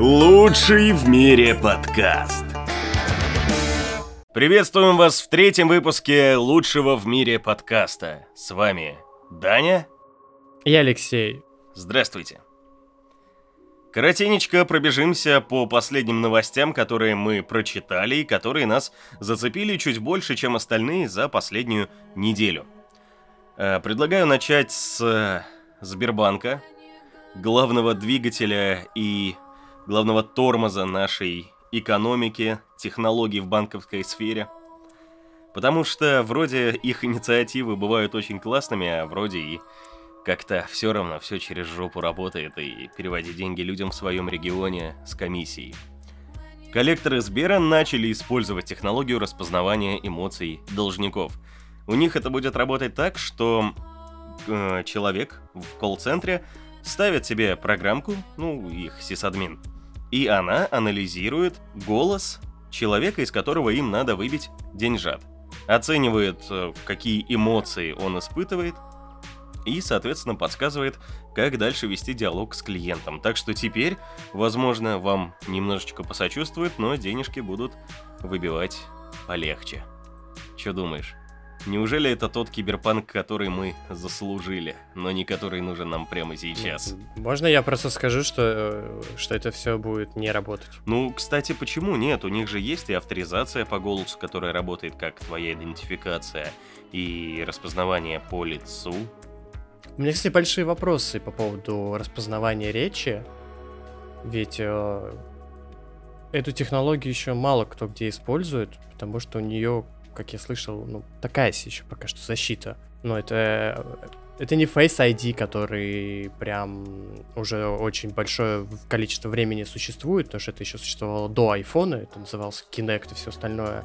Лучший в мире подкаст. Приветствуем вас в 3-м выпуске лучшего в мире подкаста. С вами Даня и Алексей. Здравствуйте. Коротенечко пробежимся по последним новостям, которые мы прочитали и которые нас зацепили чуть больше, чем остальные за последнюю неделю. Предлагаю начать с Сбербанка, главного двигателя и главного тормоза нашей экономики, технологий в банковской сфере. Потому что вроде их инициативы бывают очень классными, а вроде и как-то все равно все через жопу работает и переводить деньги людям в своем регионе с комиссией. Коллекторы Сбера начали использовать технологию распознавания эмоций должников. У них это будет работать так, что человек в колл-центре ставит себе программку, их сисадмин, и она анализирует голос человека, из которого им надо выбить деньжат. Оценивает, какие эмоции он испытывает, и, соответственно, подсказывает, как дальше вести диалог с клиентом. Так что теперь, возможно, вам немножечко посочувствует, но денежки будут выбивать полегче. Чё думаешь? Неужели это тот киберпанк, который мы заслужили, но не который нужен нам прямо сейчас? Можно я просто скажу, что это все будет не работать? Кстати, почему нет? У них же есть и авторизация по голосу, которая работает как твоя идентификация, и распознавание по лицу. У меня, кстати, большие вопросы по поводу распознавания речи, ведь эту технологию еще мало кто где использует, потому что у нее, как я слышал, такая еще пока что защита. Но это не Face ID, который прям уже очень большое количество времени существует, потому что это еще существовало до айфона, это назывался Kinect и все остальное.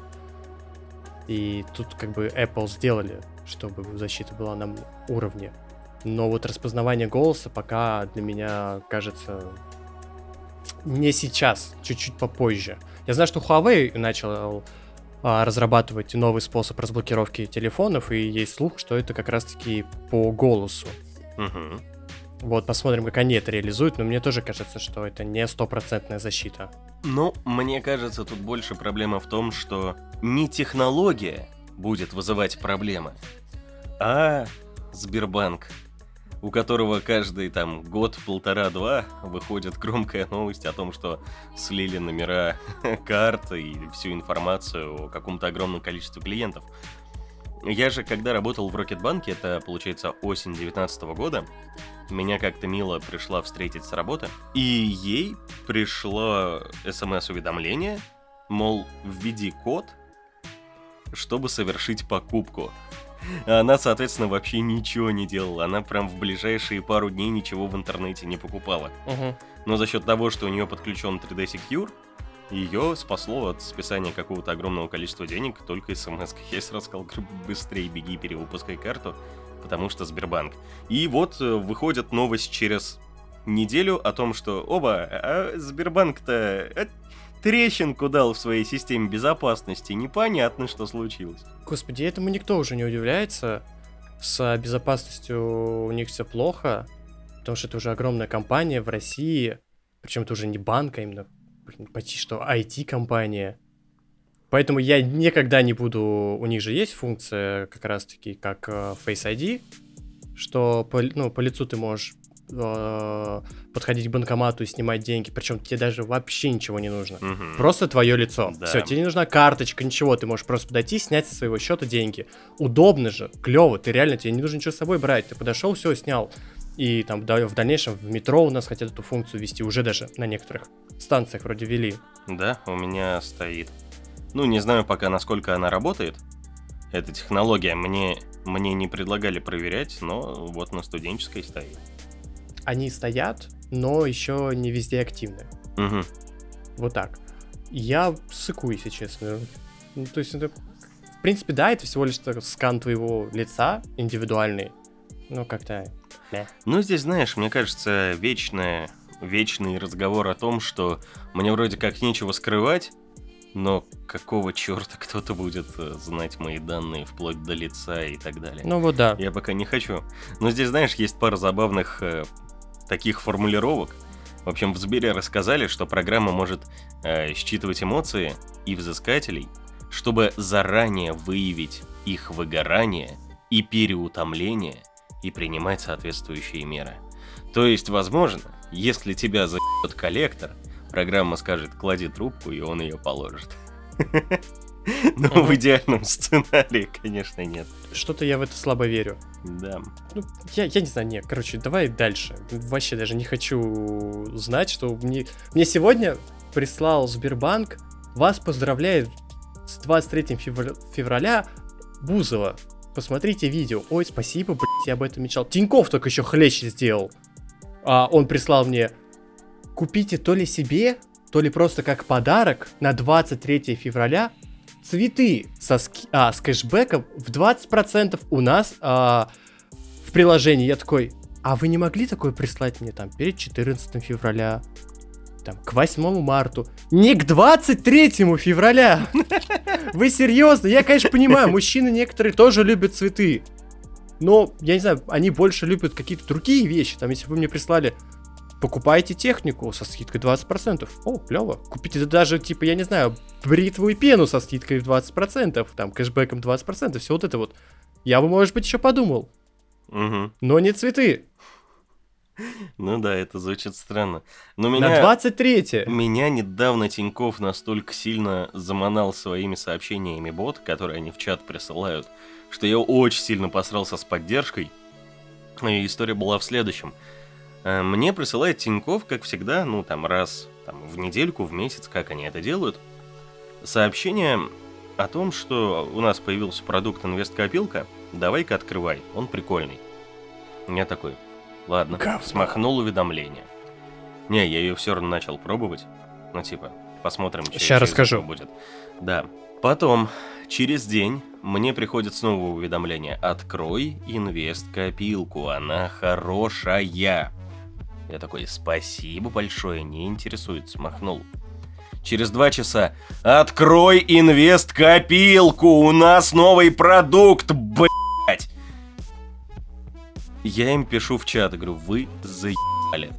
И тут как бы Apple сделали, чтобы защита была на уровне. Но вот распознавание голоса пока для меня кажется не сейчас, чуть-чуть попозже. Я знаю, что Huawei начал разрабатывать новый способ разблокировки телефонов, и есть слух, что это как раз-таки по голосу. Угу. Вот, посмотрим, как они это реализуют, но мне тоже кажется, что это не 100% защита. Мне кажется, тут больше проблема в том, что не технология будет вызывать проблемы, а Сбербанк, у которого каждый год, полтора-два выходит громкая новость о том, что слили номера карт и всю информацию о каком-то огромном количестве клиентов. Я же, когда работал в Рокетбанке, это, получается, осень 2019 года, меня как-то Мила пришла встретить с работы, и ей пришло СМС-уведомление, мол, введи код, чтобы совершить покупку. А она, соответственно, вообще ничего не делала. Она прям в ближайшие пару дней ничего в интернете не покупала. Угу. Но за счет того, что у нее подключен 3D Secure, ее спасло от списания какого-то огромного количества денег только смс-кой. Я сразу сказал, быстрее беги, перевыпускай карту, потому что Сбербанк. И вот выходит новость через неделю о том, что Сбербанк-то трещинку дал в своей системе безопасности, непонятно, что случилось. Господи, этому никто уже не удивляется. С безопасностью у них все плохо, потому что это уже огромная компания в России, причем это уже не банк, а именно почти что IT-компания. Поэтому я никогда не буду... У них же есть функция как раз-таки, как Face ID, что по лицу ты можешь подходить к банкомату и снимать деньги, причем тебе даже вообще ничего не нужно. Угу. Просто твое лицо. Да. Все, тебе не нужна карточка, ничего, ты можешь просто подойти, снять со своего счета деньги. Удобно же, клево, тебе не нужно ничего с собой брать, ты подошел, все, снял. И в дальнейшем в метро у нас хотят эту функцию ввести, уже даже на некоторых станциях вроде ввели. Да, у меня стоит. Не знаю пока, насколько она работает. Эта технология мне не предлагали проверять, но вот на студенческой стоит. Они стоят, но еще не везде активны. Угу. Вот так. Я сыкую, если честно. То есть это, в принципе, да, это всего лишь скан твоего лица индивидуальный. Но как-то... Здесь, знаешь, мне кажется, вечный разговор о том, что мне вроде как нечего скрывать, но какого черта кто-то будет знать мои данные вплоть до лица и так далее. Вот да. Я пока не хочу. Но здесь, знаешь, есть пара забавных таких формулировок. В общем, в Сбере рассказали, что программа может считывать эмоции и взыскателей, чтобы заранее выявить их выгорание и переутомление и принимать соответствующие меры. То есть, возможно, если тебя заебет коллектор, программа скажет: клади трубку, и он ее положит. Но в идеальном сценарии, конечно, нет. Что-то я в это слабо верю. Да. Ну, я не знаю, нет, короче, давай дальше. Вообще даже не хочу знать, что мне сегодня прислал Сбербанк: вас поздравляет с 23 февраля Бузова. Посмотрите видео. Ой, спасибо, блядь, я об этом мечтал. Тинькофф только еще хлеще сделал. Он прислал мне: купите то ли себе, то ли просто как подарок на 23 февраля цветы с кэшбэком в 20% у нас в приложении. Я такой: а вы не могли такое прислать мне там перед 14 февраля, там, к 8 марта, не к 23 февраля? Вы серьезно? Я, конечно, понимаю, мужчины некоторые тоже любят цветы, но, я не знаю, они больше любят какие-то другие вещи. Там, если вы мне прислали: покупайте технику со скидкой 20%. О, клево. Купите даже, типа, я не знаю, бритву и пену со скидкой в 20%, там, кэшбэком 20%, все вот это вот. Я бы, может быть, еще подумал. Угу. Но не цветы. Ну да, это звучит странно. Но На 23-е. Меня недавно Тинькофф настолько сильно заманал своими сообщениями бот, которые они в чат присылают, что я очень сильно посрался с поддержкой. И история была в следующем. Мне присылает Тинькофф, как всегда, ну там раз в недельку, в месяц, как они это делают, сообщение о том, что у нас появился продукт инвесткопилка, давай-ка открывай, он прикольный. Я такой: ладно, смахнул уведомление. Не, я ее все равно начал пробовать. Ну типа, посмотрим, сейчас расскажу. Что будет. Да. Потом, через день, мне приходит снова уведомление: открой инвесткопилку, она хорошая. Я такой: спасибо большое, не интересует, смахнул. Через 2 часа: открой инвесткопилку, у нас новый продукт, блять. Я им пишу в чат, говорю: вы заебали.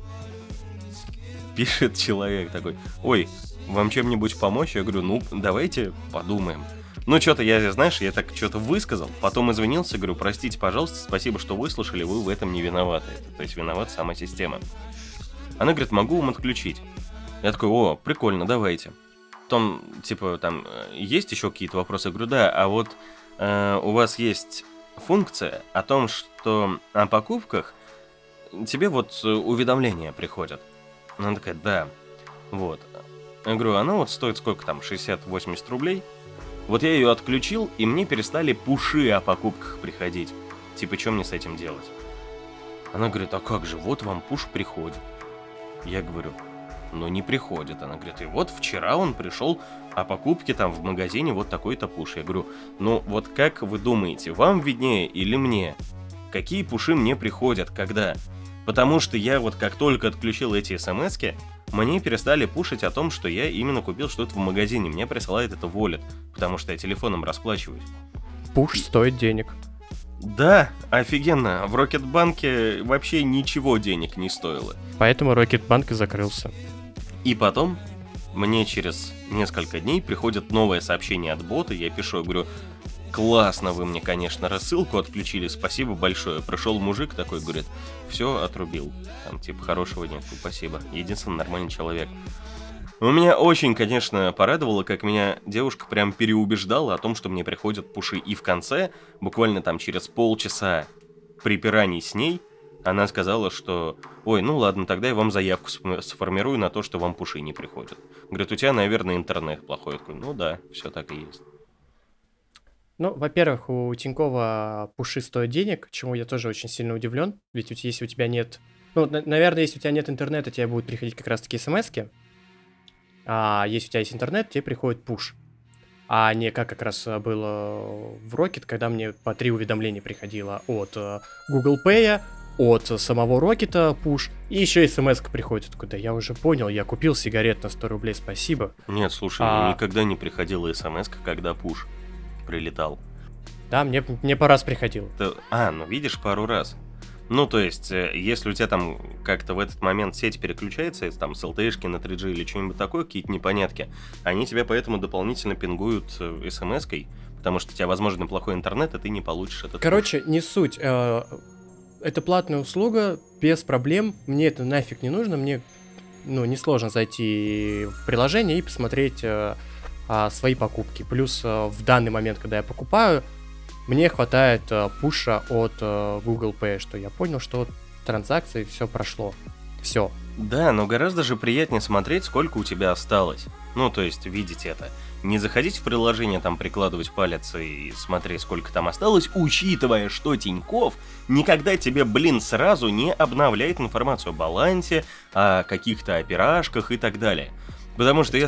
Пишет человек такой: ой, вам чем-нибудь помочь? Я говорю: ну, давайте подумаем. Ну, что-то я, знаешь, я так что-то высказал, потом извинился, говорю: простите, пожалуйста, спасибо, что выслушали, вы в этом не виноваты. То есть виновата сама система. Она говорит: могу вам отключить. Я такой: о, прикольно, давайте. Потом, типа, там, есть еще какие-то вопросы? Я говорю: да, а вот у вас есть функция о том, что о покупках тебе вот уведомления приходят. Она такая: да. Вот. Я говорю: она вот стоит сколько там, 60-80 рублей? Вот я ее отключил, и мне перестали пуши о покупках приходить. Типа, что мне с этим делать? Она говорит: а как же, вот вам пуш приходит. Я говорю: ну не приходит. Она говорит: и вот вчера он пришел о покупке там в магазине, вот такой-то пуш. Я говорю: ну вот как вы думаете, вам виднее или мне? Какие пуши мне приходят, когда? Потому что я вот как только отключил эти смски, мне перестали пушить о том, что я именно купил что-то в магазине. Мне присылает это Wallet, потому что я телефоном расплачиваюсь. Пуш стоит денег. Да, офигенно. В Рокетбанке вообще ничего денег не стоило. Поэтому Рокетбанк и закрылся. И потом мне через несколько дней приходит новое сообщение от бота. Я пишу, я говорю: классно, вы мне, конечно, рассылку отключили, спасибо большое. Пришел мужик такой, говорит: все, отрубил. Там типа: хорошего дня, спасибо. Единственный нормальный человек. Меня очень, конечно, порадовало, как меня девушка прям переубеждала о том, что мне приходят пуши. И в конце, буквально там через полчаса припираний с ней, она сказала, что: ой, ну ладно, тогда я вам заявку сформирую на то, что вам пуши не приходят. Говорит: у тебя, наверное, интернет плохой. Я такой: ну да, все так и есть. Ну, во-первых, у Тинькова пуши стоят денег, чему я тоже очень сильно удивлен. Ведь если у тебя нет... Ну, наверное, если у тебя нет интернета, тебе будут приходить как раз-таки смски. А если у тебя есть интернет, тебе приходит пуш. А не как раз было в Rocket, когда мне по 3 уведомления приходило от Google Pay, от самого Rocket пуш, и еще смс-ка приходит. Да я уже понял, я купил сигарет на 100 рублей, спасибо. Нет, слушай, мне никогда не приходила смс-ка, когда пуш прилетал. Да, мне по раз приходил. Ну видишь, пару раз. Ну, то есть, если у тебя там как-то в этот момент сеть переключается, там с LTE-шки на 3G или что-нибудь такое, какие-то непонятки, они тебя поэтому дополнительно пингуют смс-кой, потому что у тебя, возможно, плохой интернет, и ты не получишь этот... Короче, не суть. Это платная услуга, без проблем. Мне это нафиг не нужно. Мне, несложно зайти в приложение и посмотреть свои покупки. Плюс в данный момент, когда я покупаю, мне хватает пуша от Google Pay, что я понял, что транзакции все прошло. Все. Да, но гораздо же приятнее смотреть, сколько у тебя осталось. Ну, то есть, видеть это. Не заходить в приложение, там, прикладывать палец и смотреть, сколько там осталось, учитывая, что Тинькофф никогда тебе, сразу не обновляет информацию о балансе, о каких-то операшках и так далее. Потому что я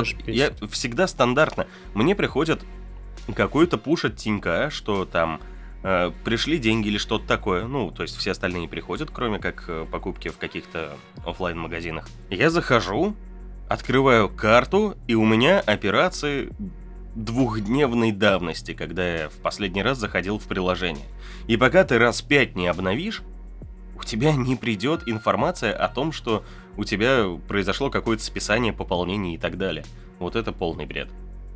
всегда стандартно. Мне приходит какой-то пуш от Тинька, что там пришли деньги или что-то такое. Ну, то есть все остальные приходят, кроме как покупки в каких-то офлайн-магазинах. Я захожу, открываю карту, и у меня операции 2-дневной давности, когда я в последний раз заходил в приложение. И пока ты раз 5 не обновишь, у тебя не придет информация о том, что у тебя произошло какое-то списание, пополнение и так далее. Вот это полный бред.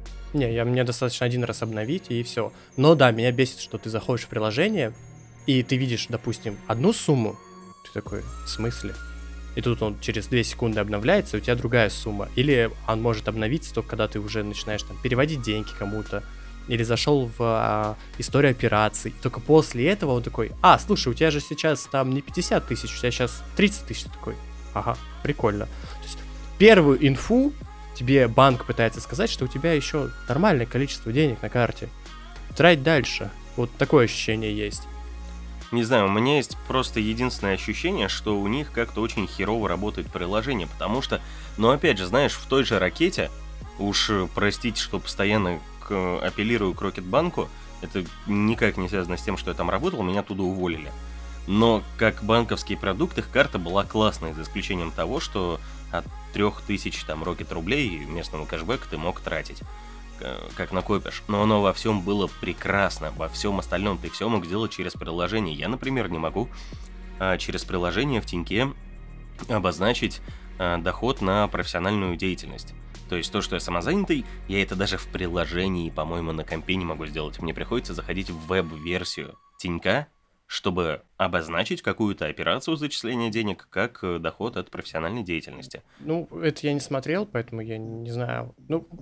Мне достаточно один раз обновить, и все. Но да, меня бесит, что ты заходишь в приложение, и ты видишь, допустим, одну сумму. Ты такой, в смысле? И тут он через 2 секунды обновляется, и у тебя другая сумма. Или он может обновиться только когда ты уже начинаешь там переводить деньги кому-то. Или зашел в историю операций. Только после этого он такой, слушай, у тебя же сейчас там не 50 тысяч, у тебя сейчас 30 тысяч. Такой, ага, прикольно. То есть первую инфу тебе банк пытается сказать, что у тебя еще нормальное количество денег на карте. Трать дальше. Вот такое ощущение есть. Не знаю, у меня есть просто единственное ощущение, что у них как-то очень херово работает приложение, потому что, опять же, знаешь, в той же Ракете, уж простите, что постоянно апеллирую к Рокетбанку, это никак не связано с тем, что я там работал, меня оттуда уволили. Но как банковский продукт их карта была классной, за исключением того, что от 3000 там Рокет рублей местного кэшбэка ты мог тратить, как накопишь. Но оно во всем было прекрасно, во всем остальном ты все мог сделать через приложение. Я, например, не могу через приложение в Тиньке обозначить доход на профессиональную деятельность. То есть то, что я самозанятый, я это даже в приложении, по-моему, на компе не могу сделать. Мне приходится заходить в веб-версию Тинька, чтобы обозначить какую-то операцию зачисления денег как доход от профессиональной деятельности. Это я не смотрел, поэтому я не знаю.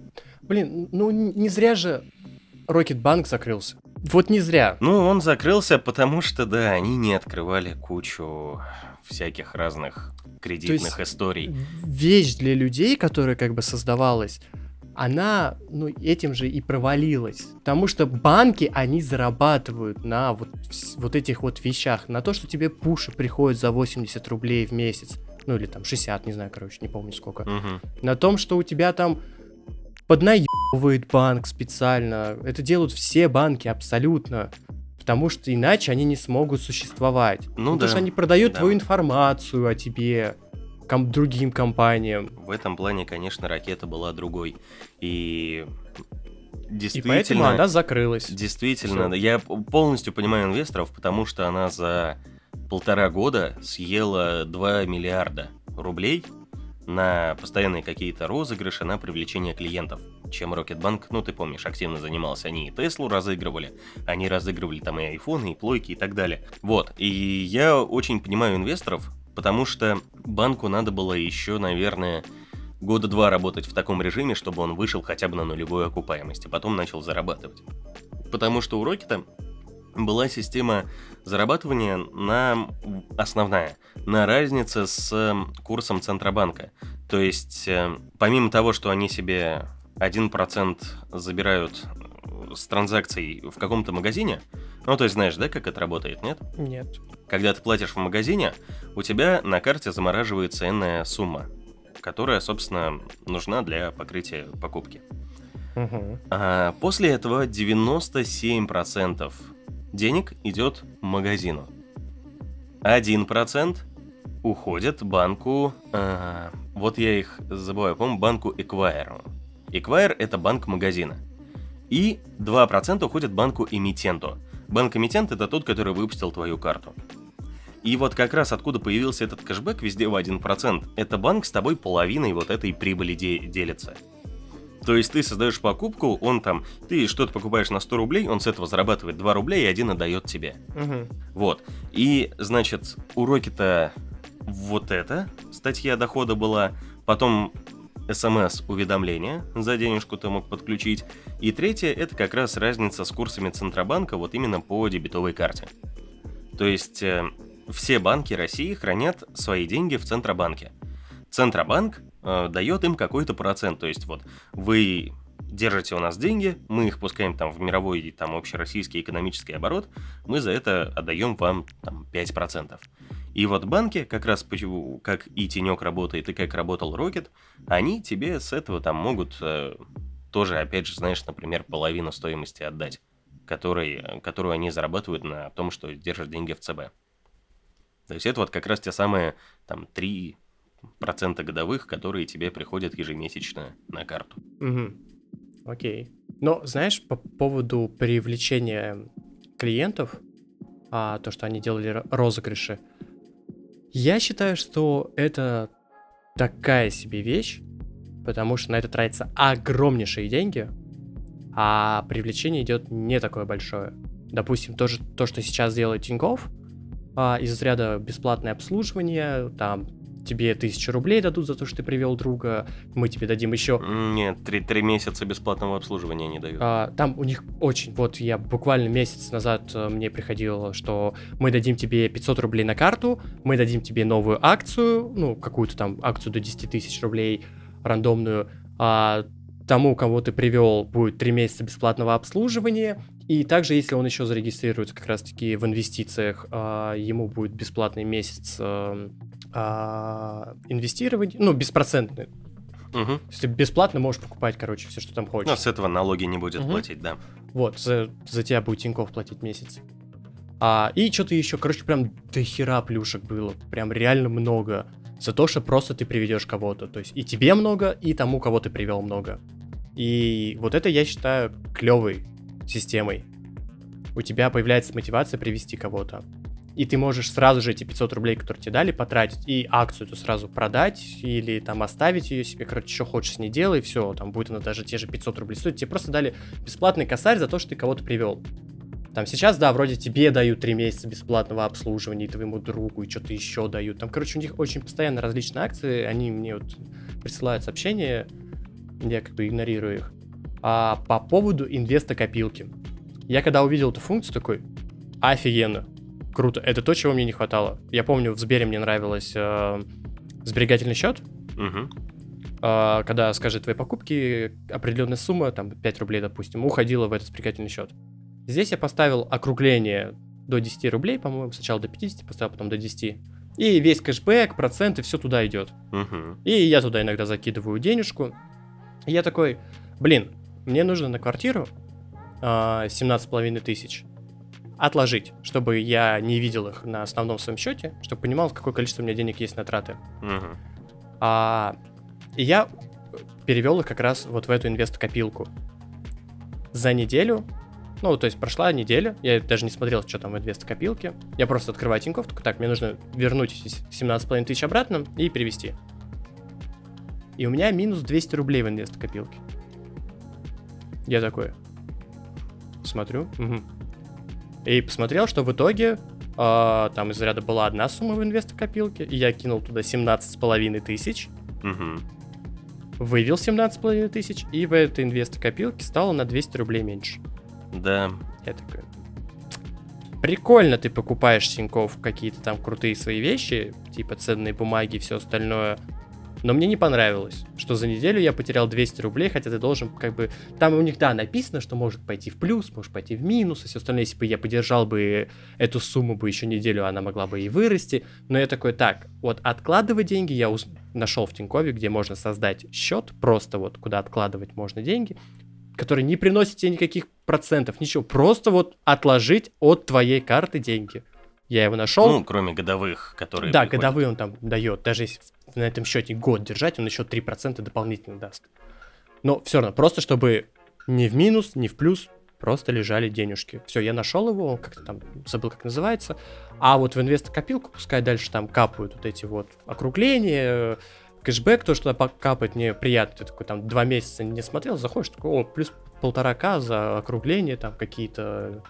Не зря же Рокетбанк закрылся. Вот не зря. Он закрылся, потому что, да, они не открывали кучу всяких разных кредитных историй. Вещь для людей, которая как бы создавалась, она, этим же и провалилась. Потому что банки, они зарабатывают на вот этих вот вещах. На то, что тебе пуши приходят за 80 рублей в месяц. Или там 60, не знаю, не помню сколько. На том, что у тебя там поднаебывает банк специально. Это делают все банки абсолютно. Потому что иначе они не смогут существовать. Потому что они продают твою информацию о тебе другим компаниям. В этом плане, конечно, Ракета была другой. И действительно... И поэтому она закрылась. Действительно, я полностью понимаю инвесторов, потому что она за 1,5 года съела 2 миллиарда рублей на постоянные какие-то розыгрыши, на привлечение клиентов. Чем Рокетбанк, ты помнишь, активно занимался. Они и Теслу разыгрывали, они разыгрывали там и айфоны, и плойки, и так далее. Вот, и я очень понимаю инвесторов, потому что банку надо было еще, наверное, 2 года работать в таком режиме, чтобы он вышел хотя бы на нулевую окупаемость, а потом начал зарабатывать. Потому что у Рокета была система зарабатывания основная, на разнице с курсом Центробанка. То есть, помимо того, что они себе 1% забирают с транзакций в каком-то магазине, то есть знаешь, да, как это работает, нет? Нет. Когда ты платишь в магазине, у тебя на карте замораживается энная сумма, которая, собственно, нужна для покрытия покупки. А после этого 97% денег идет магазину. 1% уходит банку... вот я их забываю, по-моему, банку Эквайру. Эквайр — это банк магазина. И 2% уходит банку-эмитенту. Банк-эмитент — это тот, который выпустил твою карту. И вот как раз откуда появился этот кэшбэк везде в 1%, это банк с тобой половиной вот этой прибыли делится. То есть ты создаешь покупку, он там, ты что-то покупаешь на 100 рублей, он с этого зарабатывает 2 рубля и 1 отдает тебе. Вот. И, значит, у Рокета вот эта статья дохода была, потом СМС-уведомления за денежку ты мог подключить, и третье, это как раз разница с курсами Центробанка вот именно по дебетовой карте. То есть все банки России хранят свои деньги в Центробанке. Центробанк дает им какой-то процент, то есть вот вы держите у нас деньги, мы их пускаем там в мировой там общероссийский экономический оборот, мы за это отдаем вам там 5%. И вот банки, как раз как и Тенек работает, и как работал Рокет, они тебе с этого там могут тоже, опять же, знаешь, например, половину стоимости отдать, которую они зарабатывают на том, что держат деньги в ЦБ. То есть это вот как раз те самые там 3% годовых, которые тебе приходят ежемесячно на карту. Окей. Но, знаешь, по поводу привлечения клиентов, то, что они делали розыгрыши, я считаю, что это такая себе вещь, потому что на это тратятся огромнейшие деньги, а привлечение идет не такое большое. Допустим, то, что сейчас делает Тинькофф, из ряда бесплатное обслуживание, там тебе 1000 рублей дадут за то, что ты привел друга, мы тебе дадим еще... Нет, 3 месяца бесплатного обслуживания не дают. Там у них очень... Вот я буквально месяц назад мне приходило, что мы дадим тебе 500 рублей на карту, мы дадим тебе новую акцию, ну, какую-то там акцию до 10 тысяч рублей, рандомную, тому, кого ты привел, будет 3 месяца бесплатного обслуживания, и также, если он еще зарегистрируется как раз-таки в инвестициях, ему будет бесплатный месяц инвестирования, ну, беспроцентный. То есть ты бесплатно можешь покупать, короче, все, что там хочешь. Но с этого налоги не будет платить, да. Вот, за тебя будет Тинькофф платить месяц. И что-то еще, короче, прям до хера плюшек было, прям реально много. За то, что просто ты приведешь кого-то. То есть и тебе много, и тому, кого ты привел, много. И вот это я считаю клевой системой. У тебя появляется мотивация привести кого-то. И ты можешь сразу же эти 500 рублей, которые тебе дали, потратить, и акцию эту сразу продать, или там оставить ее себе, короче, что хочешь с ней делай, все, там будет она даже те же 500 рублей стоить. Тебе просто дали бесплатный косарь за то, что ты кого-то привел. Там сейчас, да, вроде тебе дают 3 месяца бесплатного обслуживания, и твоему другу, и что-то еще дают. Там, короче, у них очень постоянно различные акции, они мне вот присылают сообщения, я как бы игнорирую их. По поводу инвеста-копилки. Я когда увидел эту функцию, такой, офигенно, круто, это то, чего мне не хватало. Я помню, в Сбере мне нравилось сберегательный счет, когда, скажи, твои покупки, определенная сумма, там 5 рублей, допустим, уходила в этот сберегательный счет. Здесь я поставил округление до 10 рублей, по-моему, сначала до 50 поставил, потом до 10. И весь кэшбэк, проценты, все туда идет. И я туда иногда закидываю денежку. И я такой, блин, мне нужно на квартиру 17,5 тысяч отложить, чтобы я не видел их на основном своем счете, чтобы понимал, какое количество у меня денег есть на траты. И я перевел их как раз вот в эту инвест-копилку. За неделю, ну, то есть прошла неделя, я даже не смотрел, что там в инвест-копилке. Я просто открываю Тинькофф, такой, так, мне нужно вернуть 17,5 тысяч обратно и перевести. И у меня минус 200 рублей в инвест-копилке. Я такой смотрю. И посмотрел, что в итоге там из ряда была одна сумма в инвест-копилке, и я кинул туда 17,5 тысяч. Вывел 17,5 тысяч, и в этой инвест-копилке стало на 200 рублей меньше. Да. Я такой, прикольно, ты покупаешь Тинькофф какие-то там крутые свои вещи, типа ценные бумаги и все остальное, но мне не понравилось, что за неделю я потерял 200 рублей, хотя ты должен как бы... Там у них, да, написано, что может пойти в плюс, может пойти в минус, и все остальное. Если бы я подержал бы эту сумму бы еще неделю, она могла бы и вырасти. Но я такой, так, вот откладывать деньги я нашел в Тинькове, где можно создать счет, просто вот куда откладывать можно деньги, который не приносит тебе никаких процентов, ничего. Просто вот отложить от твоей карты деньги. Я его нашел. Ну, кроме годовых, которые... Да, приходят. Годовые он там дает. Даже если на этом счете год держать, он еще 3% дополнительно даст. Но все равно, просто чтобы ни в минус, ни в плюс просто лежали денежки. Все, я нашел его, как-то там забыл, как называется. А вот в инвестокопилку пускай дальше там капают вот эти вот округления, кэшбэк, то, что капает, мне приятно. Ты такой там 2 месяца не смотрел, заходишь, такой, о, плюс 1,5К за округление, там какие-то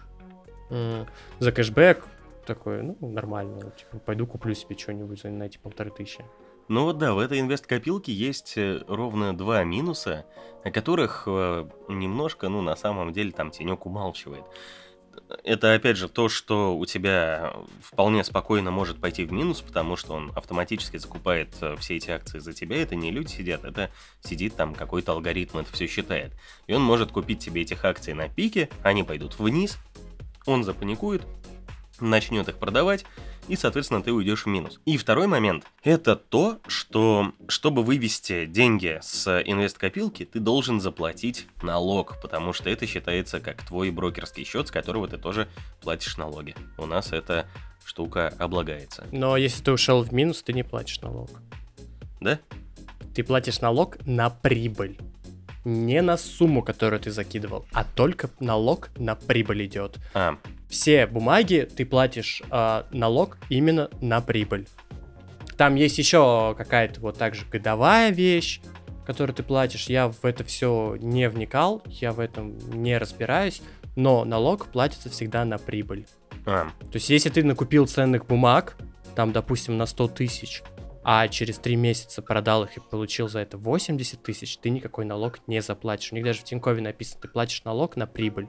за кэшбэк. Такой, ну, нормально. Типа, пойду куплю себе что-нибудь на эти 1500. Ну вот да, в этой инвест-копилке есть ровно 2 минуса, о которых немножко, ну, на самом деле, там тенек умалчивает. Это, опять же, то, что у тебя вполне спокойно может пойти в минус, потому что он автоматически закупает все эти акции за тебя. Это не люди сидят, это сидит там какой-то алгоритм, это все считает. И он может купить тебе этих акций на пике, они пойдут вниз, он запаникует, начнет их продавать, и, соответственно, ты уйдешь в минус. И второй момент, это то, что, чтобы вывести деньги с инвест-копилки, ты должен заплатить налог, потому что это считается как твой брокерский счет, с которого ты тоже платишь налоги. У нас эта штука облагается. Но если ты ушел в минус, ты не платишь налог. Да? Ты платишь налог на прибыль. Не на сумму, которую ты закидывал, а только налог на прибыль идет. Все бумаги ты платишь налог именно на прибыль. Там есть еще какая-то вот также годовая вещь, которую ты платишь. Я в это все не вникал, я в этом не разбираюсь, но налог платится всегда на прибыль. То есть если ты накупил ценных бумаг, там, допустим, на 100 тысяч, а через 3 месяца продал их и получил за это 80 тысяч, ты никакой налог не заплатишь. У них даже в Тинькове написано, ты платишь налог на прибыль.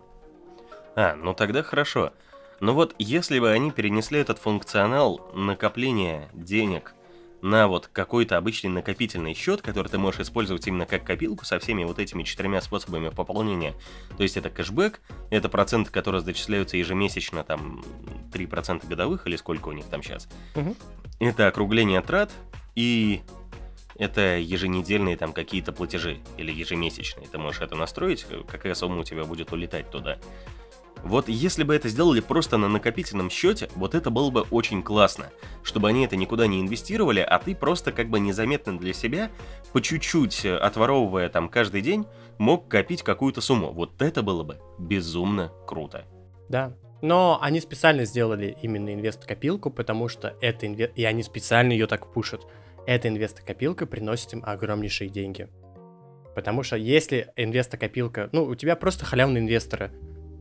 Ну тогда хорошо. Но вот если бы они перенесли этот функционал накопления денег на вот какой-то обычный накопительный счет, который ты можешь использовать именно как копилку со всеми вот этими 4 способами пополнения. То есть это кэшбэк, это проценты, которые зачисляются ежемесячно, там 3% годовых или сколько у них там сейчас. Это округление трат и это еженедельные там какие-то платежи или ежемесячные. Ты можешь это настроить, какая сумма у тебя будет улетать туда. Вот если бы это сделали просто на накопительном счете, вот это было бы очень классно, чтобы они это никуда не инвестировали, а ты просто как бы незаметно для себя, по чуть-чуть отворовывая там каждый день, мог копить какую-то сумму. Вот это было бы безумно круто. Да, но они специально сделали именно инвест-копилку, потому что это и они специально ее так пушат. Эта инвест-копилка приносит им огромнейшие деньги. Потому что если инвест-копилка, ну, у тебя просто халявные инвесторы,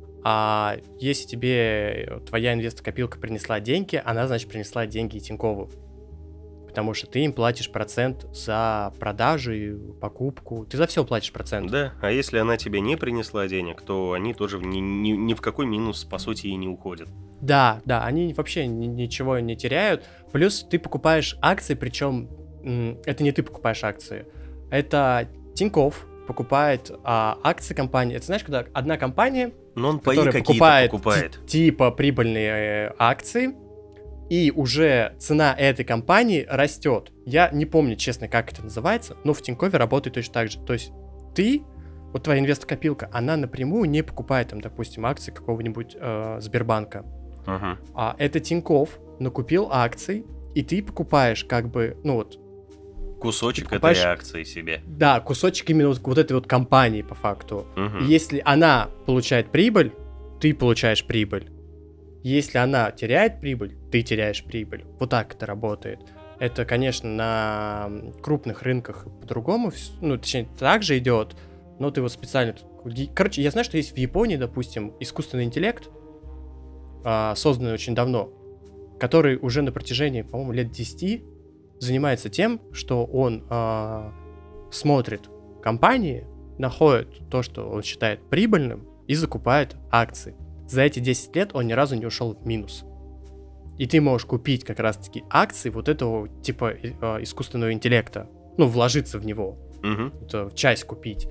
а если тебе твоя инвест-копилка принесла деньги, она, значит, принесла деньги и Тинькову. Потому что ты им платишь процент за продажу и покупку. Ты за все платишь процент. Да, а если она тебе не принесла денег, то они тоже ни в какой минус, по сути, и не уходят. Да, они вообще ничего не теряют. Плюс ты покупаешь акции, причем это не ты покупаешь акции. Это Тинькофф покупает акции компании. Это знаешь, когда одна компания, которая покупает типа прибыльные акции, и уже цена этой компании растет. Я не помню, честно, как это называется, но в Тинькове работает точно так же. То есть вот твоя инвест-копилка, она напрямую не покупает, там, допустим, акции какого-нибудь Сбербанка. А это Тинькофф накупил акций, и ты покупаешь как бы, ну вот... Кусочек этой акции себе. Да, кусочек именно вот этой вот компании по факту. И если она получает прибыль, ты получаешь прибыль. Если она теряет прибыль, ты теряешь прибыль. Вот так это работает. Это, конечно, на крупных рынках по-другому, ну, точнее, так же идет, но ты вот специально... Короче, я знаю, что есть в Японии, допустим, искусственный интеллект, созданный очень давно, который уже на протяжении, по-моему, лет 10 занимается тем, что он смотрит компании, находит то, что он считает прибыльным, и закупает акции. За эти 10 лет он ни разу не ушел в минус. И ты можешь купить как раз-таки акции вот этого типа искусственного интеллекта. Ну, вложиться в него. Это часть купить.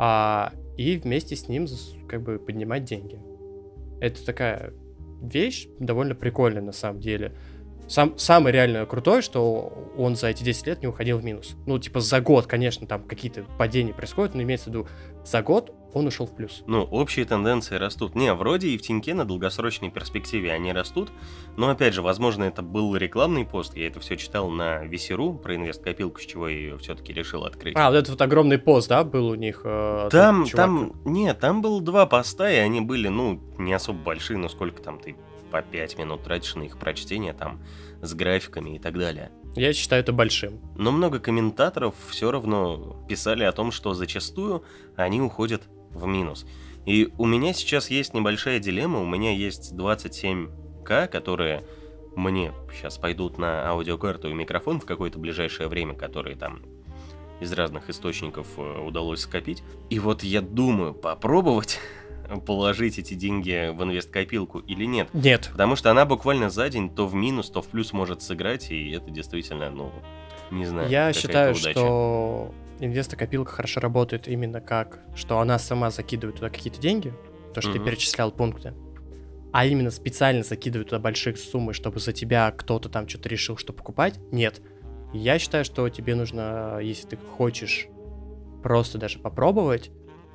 И вместе с ним как бы поднимать деньги. Это такая вещь довольно прикольная на самом деле. Самое реально крутое, что он за эти 10 лет не уходил в минус. Ну, типа, за год, конечно, там какие-то падения происходят, но имеется в виду, за год он ушел в плюс. Ну, общие тенденции растут. Не, вроде и в Тиньке на долгосрочной перспективе они растут, но, опять же, возможно, это был рекламный пост, я это все читал на VC.ru про инвест-копилку, с чего я ее все-таки решил открыть. Вот этот вот огромный пост, да, был у них? Там было 2 поста, и они были, ну, не особо большие, но сколько там ты по 5 минут тратишь на их прочтение, там, с графиками и так далее. Я считаю это большим. Но много комментаторов все равно писали о том, что зачастую они уходят в минус. И у меня сейчас есть небольшая дилемма, у меня есть 27К, которые мне сейчас пойдут на аудиокарту и микрофон в какое-то ближайшее время, которые там из разных источников удалось скопить. И вот я думаю, попробовать положить эти деньги в инвест-копилку или нет. Нет. Потому что она буквально за день то в минус, то в плюс может сыграть, и это действительно, ну, не знаю. Я считаю, удача. что инвест-копилка хорошо работает именно как, что она сама закидывает туда какие-то деньги, то, что ты перечислял пункты, а именно специально закидывает туда большие суммы, чтобы за тебя кто-то там что-то решил, что покупать. Нет. Я считаю, что тебе нужно, если ты хочешь просто даже попробовать,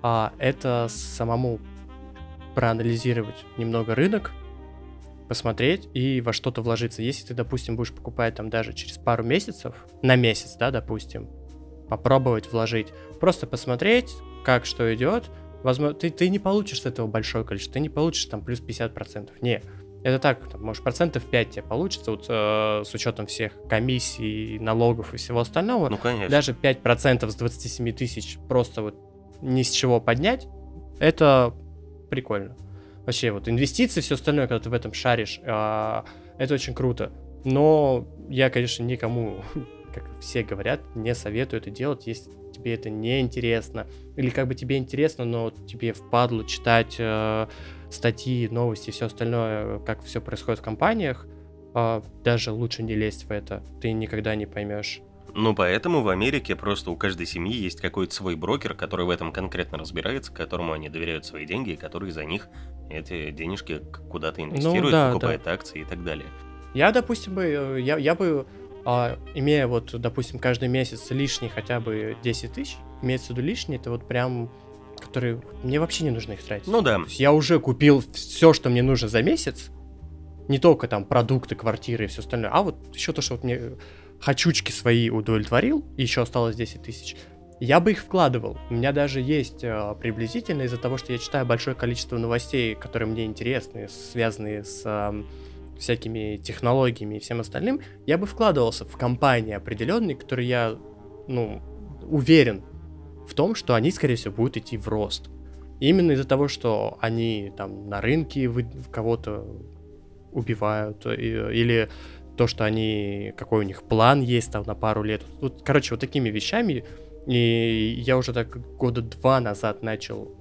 это самому проанализировать немного рынок, посмотреть и во что-то вложиться. Если ты, допустим, будешь покупать там даже через пару месяцев, на месяц, да, допустим, попробовать вложить, просто посмотреть, как что идет. Возможно, ты не получишь с этого большое количество, ты не получишь там плюс 50%. Не, это так, там, может, 5% тебе получится, вот с учетом всех комиссий, налогов и всего остального. Ну, конечно. Даже 5% с 27 тысяч просто вот ни с чего поднять, это прикольно. Вообще, вот инвестиции, все остальное, когда ты в этом шаришь, это очень круто. Но я, конечно, никому, как все говорят, не советую это делать, если тебе это не интересно. Или как бы тебе интересно, но тебе впадло читать статьи, новости и все остальное, как все происходит в компаниях, даже лучше не лезть в это. Ты никогда не поймешь. Ну, поэтому в Америке просто у каждой семьи есть какой-то свой брокер, который в этом конкретно разбирается, которому они доверяют свои деньги, и который за них эти денежки куда-то инвестирует, покупает акции и так далее. Я, допустим, я бы, имея вот, допустим, каждый месяц лишний хотя бы 10 тысяч, имеется в виду лишний, это вот прям, которые мне вообще не нужно их тратить. Ну да. То есть я уже купил все, что мне нужно за месяц, не только там продукты, квартиры и все остальное, а вот еще то, что вот мне хочучки свои удовлетворил, и еще осталось 10 тысяч, я бы их вкладывал. У меня даже есть приблизительно из-за того, что я читаю большое количество новостей, которые мне интересны, связанные с всякими технологиями и всем остальным, я бы вкладывался в компании определенные, которые я, уверен в том, что они, скорее всего, будут идти в рост. Именно из-за того, что они там на рынке кого-то убивают, или то, что они, какой у них план есть там на пару лет. Вот такими вещами. И я уже так 2 года назад начал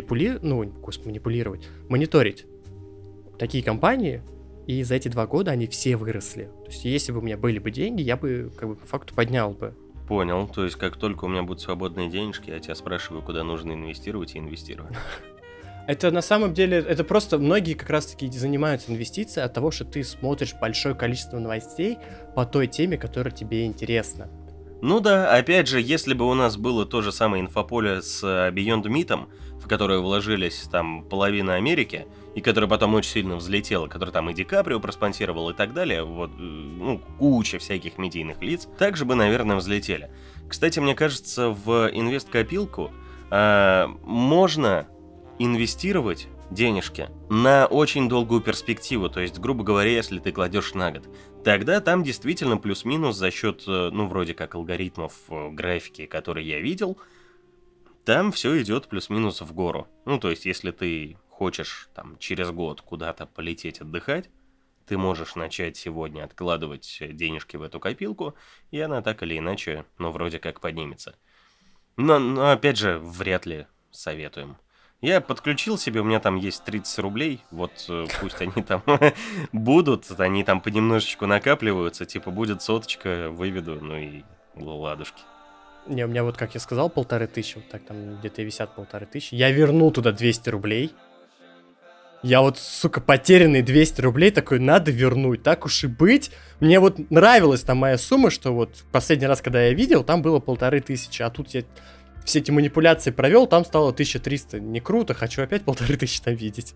мониторить такие компании, и за эти 2 года они все выросли. То есть если бы у меня были бы деньги, я бы как бы по факту поднял бы. Понял, то есть как только у меня будут свободные денежки, я тебя спрашиваю, куда нужно инвестировать, и инвестирую. Это на самом деле, это просто многие как раз-таки занимаются инвестицией от того, что ты смотришь большое количество новостей по той теме, которая тебе интересна. Ну да, опять же, если бы у нас было то же самое инфополе с Beyond Meat, в которое вложились там половина Америки, и которое потом очень сильно взлетело, который там и Ди Каприо проспонсировал и так далее, вот, куча всяких медийных лиц, также бы, наверное, взлетели. Кстати, мне кажется, в инвест-копилку можно инвестировать денежки на очень долгую перспективу, то есть, грубо говоря, если ты кладешь на год, тогда там действительно плюс-минус за счет, вроде как алгоритмов графики, которые я видел, там все идет плюс-минус в гору. То есть, если ты хочешь там через год куда-то полететь отдыхать, ты можешь начать сегодня откладывать денежки в эту копилку, и она так или иначе, вроде как поднимется. Но опять же, вряд ли советуем. Я подключил себе, у меня там есть 30 рублей, вот пусть они там будут, они там понемножечку накапливаются, типа будет 100, выведу, и ладушки. Не, у меня вот, как я сказал, 1500, вот так там где-то висят 1500. Я вернул туда 200 рублей. Я вот, сука, потерянный 200 рублей такой, надо вернуть, так уж и быть. Мне вот нравилась там моя сумма, что вот последний раз, когда я видел, там было 1500, а тут я все эти манипуляции провел, там стало 1300. Не круто, хочу опять 1500 там видеть.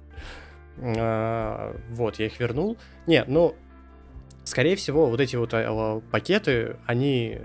Вот, я их вернул. Не, ну, скорее всего, вот эти вот пакеты, они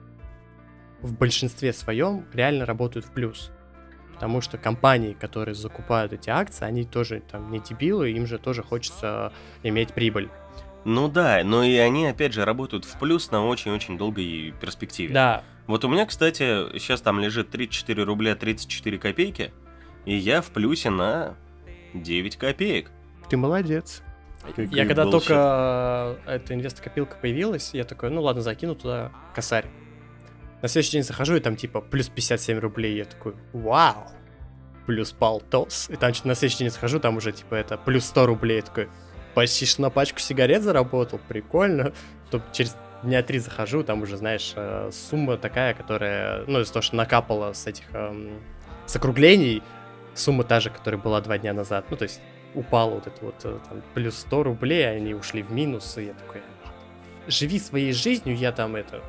в большинстве своем реально работают в плюс. Потому что компании, которые закупают эти акции, они тоже там не дебилы, им же тоже хочется иметь прибыль. Ну да, но и они, опять же, работают в плюс на очень-очень долгой перспективе. Да. Вот у меня, кстати, сейчас там лежит 34 рубля 34 копейки, и я в плюсе на 9 копеек. Ты молодец. Я когда только эта инвест-копилка появилась, я такой, ну ладно, закину туда косарь. На следующий день захожу, и там типа плюс 57 рублей. Я такой, вау, плюс полтос. И там что-то на следующий день захожу, там уже типа это плюс 100 рублей. Я такой, почти что на пачку сигарет заработал, прикольно. Потом через дня 3 захожу, там уже, знаешь, сумма такая, которая, ну, из-за того, что накапала с этих, с округлений, сумма та же, которая была 2 дня назад. Ну, то есть упала вот это вот там, плюс 100 рублей, они ушли в минус, и я такой, живи своей жизнью, я там это...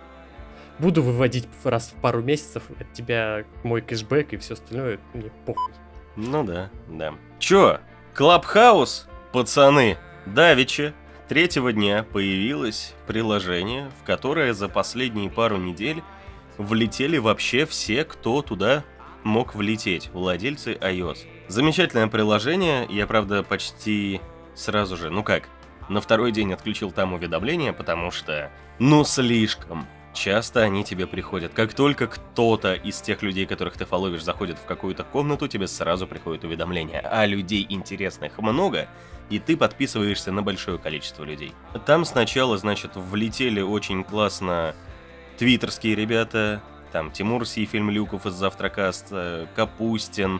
Буду выводить раз в пару месяцев от тебя мой кэшбэк и все остальное, мне похуй. Ну да, да. Чё, Клабхаус, пацаны, давеча, 3-го дня появилось приложение, в которое за последние пару недель влетели вообще все, кто туда мог влететь, владельцы iOS. Замечательное приложение, я, правда, почти сразу же, на второй день отключил там уведомления, потому что, слишком часто они тебе приходят. Как только кто-то из тех людей, которых ты фоловишь, заходит в какую-то комнату, тебе сразу приходит уведомление. А людей интересных много, и ты подписываешься на большое количество людей. Там сначала, влетели очень классно твиттерские ребята, там Тимур Сейфельмлюков из Завтракаст, Капустин,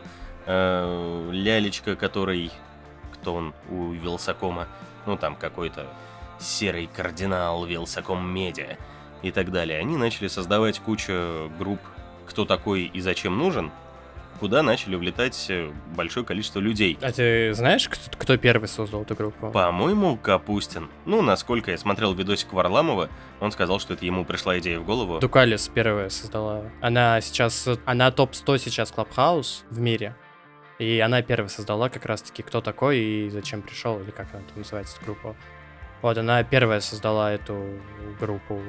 Лялечка, который... Кто он у Вилсакома? Там какой-то серый кардинал Вилсаком Медиа. И так далее. Они начали создавать кучу групп «Кто такой и зачем нужен?», куда начали влетать большое количество людей. А ты знаешь, кто первый создал эту группу? По-моему, Капустин. Насколько я смотрел видосик Варламова, он сказал, что это ему пришла идея в голову. Дукалис первая создала. Она топ-100 сейчас Клабхаус в мире. И она первая создала как раз-таки «Кто такой и зачем пришел?», или как она там называется, эта группа. Вот, она первая создала эту группу,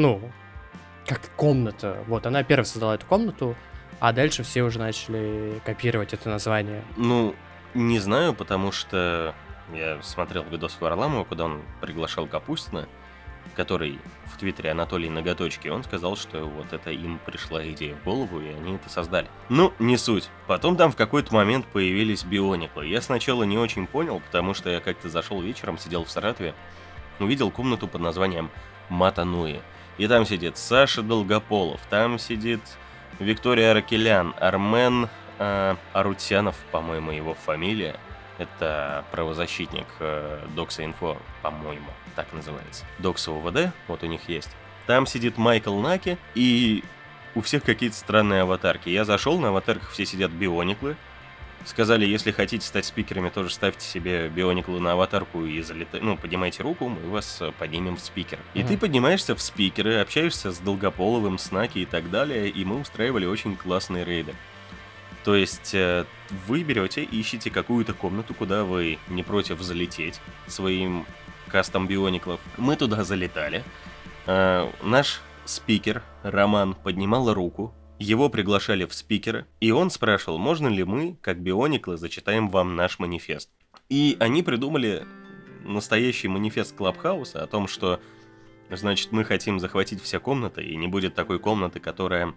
как комната. Вот, она первая создала эту комнату, а дальше все уже начали копировать это название. Не знаю, потому что я смотрел видос Варламова, куда он приглашал Капустина, который в твиттере Анатолий Ноготочки, он сказал, что вот это им пришла идея в голову, и они это создали. Не суть. Потом там в какой-то момент появились биониклы. Я сначала не очень понял, потому что я как-то зашел вечером, сидел в Саратове, увидел комнату под названием Матануи. И там сидит Саша Долгополов, там сидит Виктория Аракелян, Армен Арутянов, по-моему, его фамилия. Это правозащитник Докса.Инфо, по-моему, так называется. Докса УВД, вот у них есть. Там сидит Майкл Наки, и у всех какие-то странные аватарки. Я зашел, на аватарках все сидят биониклы. Сказали, если хотите стать спикерами, тоже ставьте себе биониклы на аватарку и поднимайте руку, мы вас поднимем в спикер. И ты поднимаешься в спикеры, общаешься с Долгополовым, с Наки и так далее, и мы устраивали очень классные рейды. То есть вы берете, ищете какую-то комнату, куда вы не против залететь своим кастом биониклов. Мы туда залетали. Наш спикер Роман поднимал руку, его приглашали в спикеры, и он спрашивал, можно ли мы, как биониклы, зачитаем вам наш манифест. И они придумали настоящий манифест Клабхауса о том, что, мы хотим захватить все комнаты, и не будет такой комнаты, которая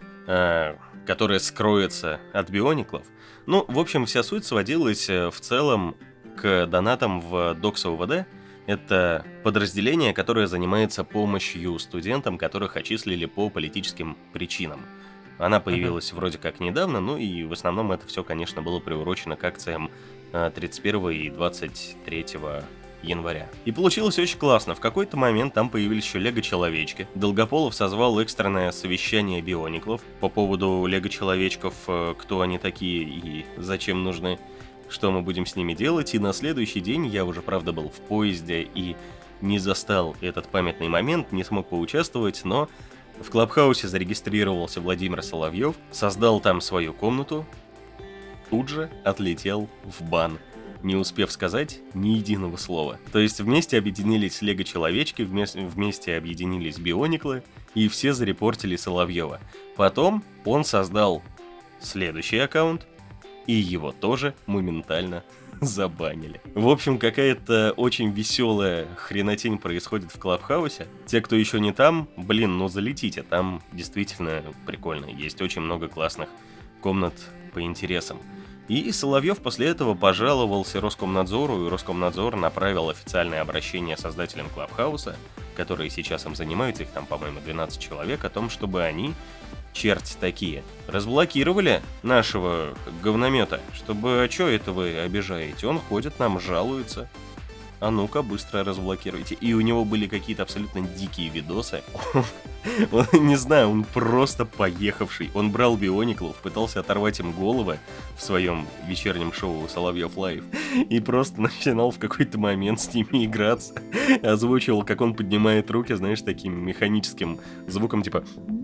скроется от биониклов. В общем, вся суть сводилась в целом к донатам в Докса УВД. Это подразделение, которое занимается помощью студентам, которых отчислили по политическим причинам. Она появилась вроде как недавно, и в основном это все, конечно, было приурочено к акциям 31 и 23 января. И получилось очень классно. В какой-то момент там появились еще лего-человечки. Долгополов созвал экстренное совещание биониклов по поводу лего-человечков, кто они такие и зачем нужны. что мы будем с ними делать, и на следующий день я уже, правда, был в поезде и не застал этот памятный момент, не смог поучаствовать, но в Клабхаусе зарегистрировался Владимир Соловьев, создал там свою комнату, тут же отлетел в бан, не успев сказать ни единого слова. То есть вместе объединились Лего-человечки, вместе объединились Биониклы, и все зарепортили Соловьева. Потом он создал следующий аккаунт, и его тоже моментально забанили. В общем, какая-то очень веселая хренотень происходит в Клабхаусе. Те, кто еще не там, ну залетите, там действительно прикольно. Есть очень много классных комнат по интересам. И Соловьев после этого пожаловался Роскомнадзору, и Роскомнадзор направил официальное обращение создателям Клабхауса, которые сейчас им занимаются, их там, по-моему, 12 человек, о том, чтобы они, черти такие, разблокировали нашего говномета, чтобы, а чё это вы обижаете? Он ходит, нам жалуется. А ну-ка, быстро разблокируйте. И у него были какие-то абсолютно дикие видосы. Не знаю, он просто поехавший. Он брал Биониклов, пытался оторвать им головы в своем вечернем шоу Соловьев Лайв. И просто начинал в какой-то момент с ними играться. Озвучивал, как он поднимает руки, знаешь, таким механическим звуком, типа...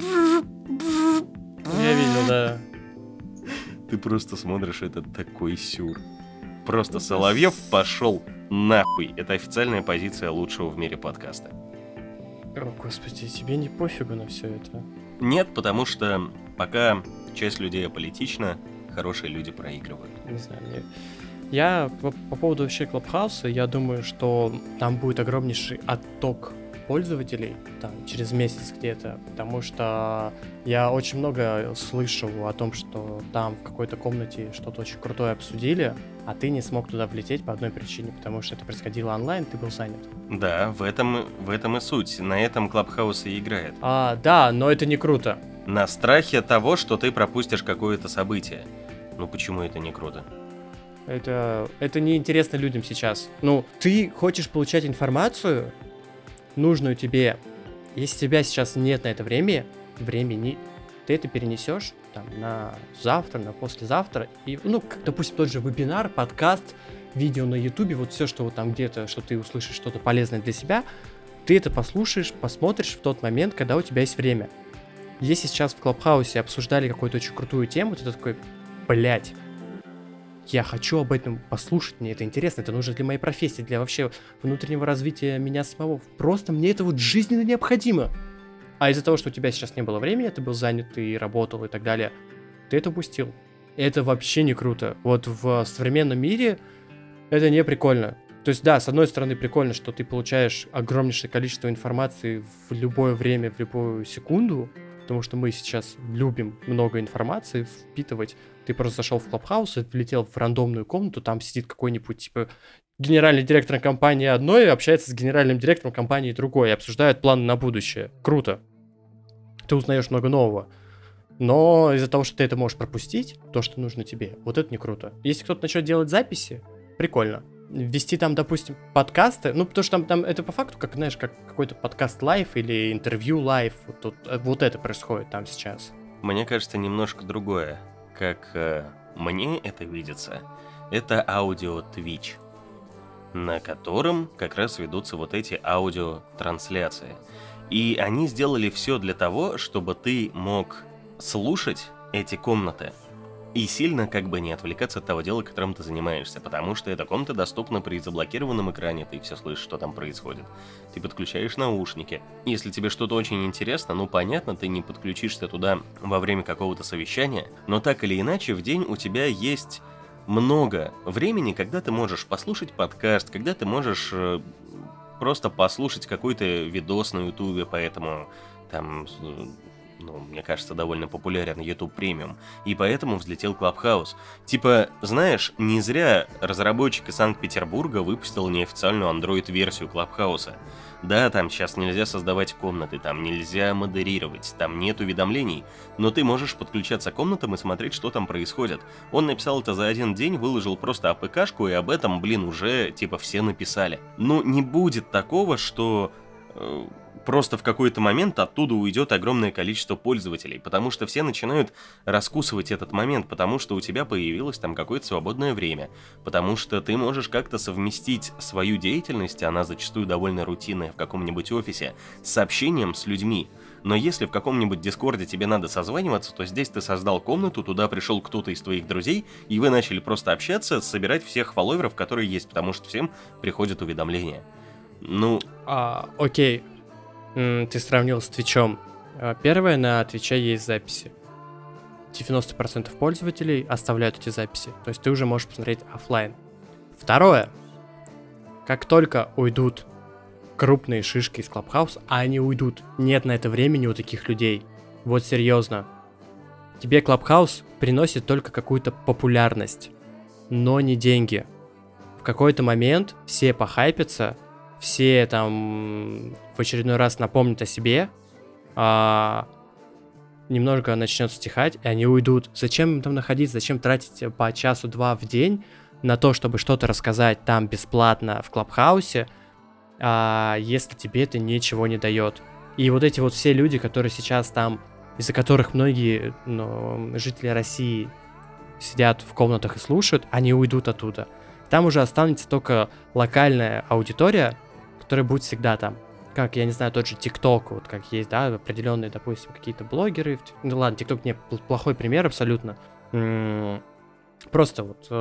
Я видел, да. Ты просто смотришь, это такой сюр. Просто Соловьев пошел нахуй. Это официальная позиция лучшего в мире подкаста. О, господи, тебе не пофигу на все это? Нет, потому что пока часть людей аполитична, хорошие люди проигрывают. Не знаю, я по поводу вообще Клабхауса, я думаю, что там будет огромнейший отток пользователей там, через месяц где-то, потому что я очень много слышал о том, что там в какой-то комнате что-то очень крутое обсудили, а ты не смог туда влететь по одной причине, потому что это происходило онлайн, ты был занят. Да, в этом и суть. На этом Клабхаус и играет. Да, но это не круто. На страхе того, что ты пропустишь какое-то событие. Ну почему это не круто? Это неинтересно людям сейчас. Ну, ты хочешь получать информацию, нужную тебе. Если у тебя сейчас нет на это времени, ты это перенесешь там на завтра, на послезавтра. И, как, допустим, тот же вебинар, подкаст, видео на ютубе, вот все, что вот там где-то, что ты услышишь что-то полезное для себя, ты это послушаешь, посмотришь в тот момент, когда у тебя есть время. Если сейчас в Клабхаусе обсуждали какую-то очень крутую тему, ты такой, блять, я хочу об этом послушать, мне это интересно, это нужно для моей профессии, для вообще внутреннего развития меня самого. Просто мне это вот жизненно необходимо. А из-за того, что у тебя сейчас не было времени, ты был занят, ты работал и так далее, ты это упустил. И это вообще не круто. Вот в современном мире это не прикольно. То есть, да, с одной стороны, прикольно, что ты получаешь огромнейшее количество информации в любое время, в любую секунду, потому что мы сейчас любим много информации впитывать. Ты просто зашел в Клабхаус, влетел в рандомную комнату, там сидит какой-нибудь, типа, генеральный директор компании одной общается с генеральным директором компании другой и обсуждают планы на будущее. Круто. Ты узнаешь много нового. Но из-за того, что ты это можешь пропустить, то, что нужно тебе, вот это не круто. Если кто-то начнет делать записи, прикольно. Вести там, допустим, подкасты, потому что там это по факту, как, знаешь, как какой-то подкаст лайв или интервью лайв, вот это происходит там сейчас. Мне кажется, немножко другое. Как мне это видится, это аудио Twitch, на котором как раз ведутся вот эти аудиотрансляции. И они сделали все для того, чтобы ты мог слушать эти комнаты и сильно как бы не отвлекаться от того дела, которым ты занимаешься, потому что эта комната доступна при заблокированном экране, ты все слышишь, что там происходит. Ты подключаешь наушники. Если тебе что-то очень интересно, понятно, ты не подключишься туда во время какого-то совещания, но так или иначе в день у тебя есть много времени, когда ты можешь послушать подкаст, когда ты можешь просто послушать какой-то видос на ютубе, поэтому там... мне кажется, довольно популярен YouTube Premium, и поэтому взлетел Clubhouse. Типа, знаешь, не зря разработчик из Санкт-Петербурга выпустил неофициальную Android-версию Clubhouse. Да, там сейчас нельзя создавать комнаты, там нельзя модерировать, там нет уведомлений, но ты можешь подключаться к комнатам и смотреть, что там происходит. Он написал это за один день, выложил просто АПКшку, и об этом, уже, все написали. Не будет такого, что... просто в какой-то момент оттуда уйдет огромное количество пользователей, потому что все начинают раскусывать этот момент, потому что у тебя появилось там какое-то свободное время, потому что ты можешь как-то совместить свою деятельность, она зачастую довольно рутинная в каком-нибудь офисе, с общением с людьми. Но если в каком-нибудь дискорде тебе надо созваниваться, то здесь ты создал комнату, туда пришел кто-то из твоих друзей, и вы начали просто общаться, собирать всех фолловеров, которые есть, потому что всем приходят уведомления. Ну... Окей. Ты сравнил с Твичом. Первое, на Твиче есть записи. 90% пользователей оставляют эти записи. То есть ты уже можешь посмотреть офлайн. Второе. Как только уйдут крупные шишки из Clubhouse, а они уйдут, нет на это времени у таких людей. Вот серьезно. Тебе Clubhouse приносит только какую-то популярность, но не деньги. В какой-то момент все похайпятся, все там в очередной раз напомнят о себе, немного начнет стихать, и они уйдут. Зачем им там находиться, зачем тратить по часу-два в день на то, чтобы что-то рассказать там бесплатно в Клабхаусе, если тебе это ничего не дает. И вот эти вот все люди, которые сейчас там, из-за которых многие жители России сидят в комнатах и слушают, они уйдут оттуда. Там уже останется только локальная аудитория, которая будет всегда там. Как, я не знаю, тот же ТикТок, вот как есть, да, определенные, допустим, какие-то блогеры. Ну ладно, ТикТок не плохой пример абсолютно. Просто вот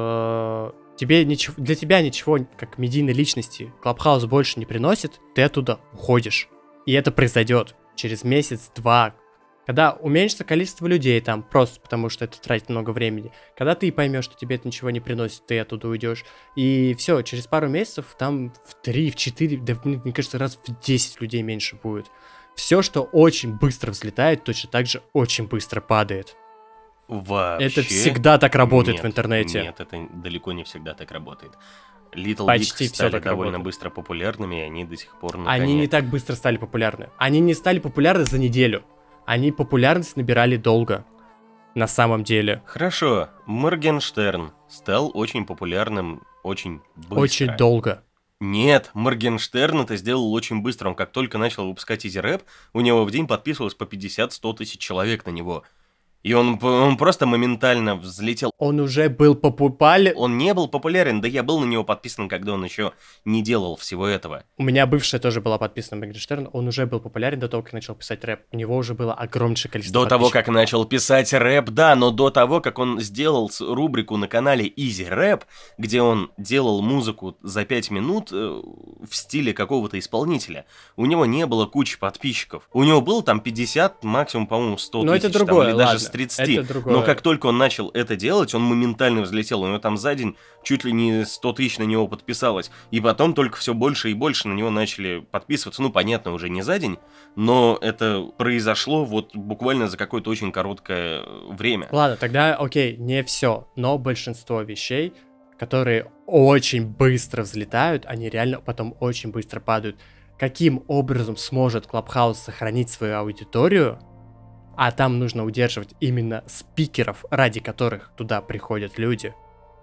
для тебя ничего, как медийной личности, Клабхаус больше не приносит, ты оттуда уходишь. И это произойдет через месяц-два, когда уменьшится количество людей там, просто потому что это тратит много времени. Когда ты поймешь, что тебе это ничего не приносит, ты оттуда уйдешь. И все, через пару месяцев там в 3, в 4, да, мне кажется, раз в 10 людей меньше будет. Все, что очень быстро взлетает, точно так же очень быстро падает. Вообще... Это всегда так работает в интернете. Нет, это далеко не всегда так работает. Little Почти Big все стали так довольно работает. быстро популярными, и они до сих пор на Они коне. не так быстро стали популярны. Они не стали популярны за неделю. Они популярность набирали долго. На самом деле. Хорошо, Моргенштерн стал очень популярным очень быстро. Очень долго. Нет, Моргенштерн это сделал очень быстро. Он как только начал выпускать изи-рэп, у него в день подписывалось по 50-100 тысяч человек на него. И он просто моментально взлетел. Он уже был популярен. Он не был популярен, да я был на него подписан, когда он еще не делал всего этого. У меня бывшая тоже была подписана на Моргенштерна. Он уже был популярен до того, как начал писать рэп. У него уже было огромнейшее количество До того, подписчиков. как начал писать рэп, да, но до того, как он сделал рубрику на канале Easy Rap, где он делал музыку за 5 минут в стиле какого-то исполнителя, у него не было кучи подписчиков. У него было там 50, максимум, по-моему, 100 но тысяч. это другое, там, или даже ладно. с 30. Это другое. Но как только он начал это делать, он моментально взлетел. У него там за день чуть ли не 100 тысяч на него подписалось. И потом только все больше и больше на него начали подписываться. Ну, понятно, уже не за день, но это произошло вот буквально за какое-то очень короткое время. Ладно, тогда окей, не все, но большинство вещей, которые очень быстро взлетают, они реально потом очень быстро падают. Каким образом сможет Clubhouse сохранить свою аудиторию, а там нужно удерживать именно спикеров, ради которых туда приходят люди?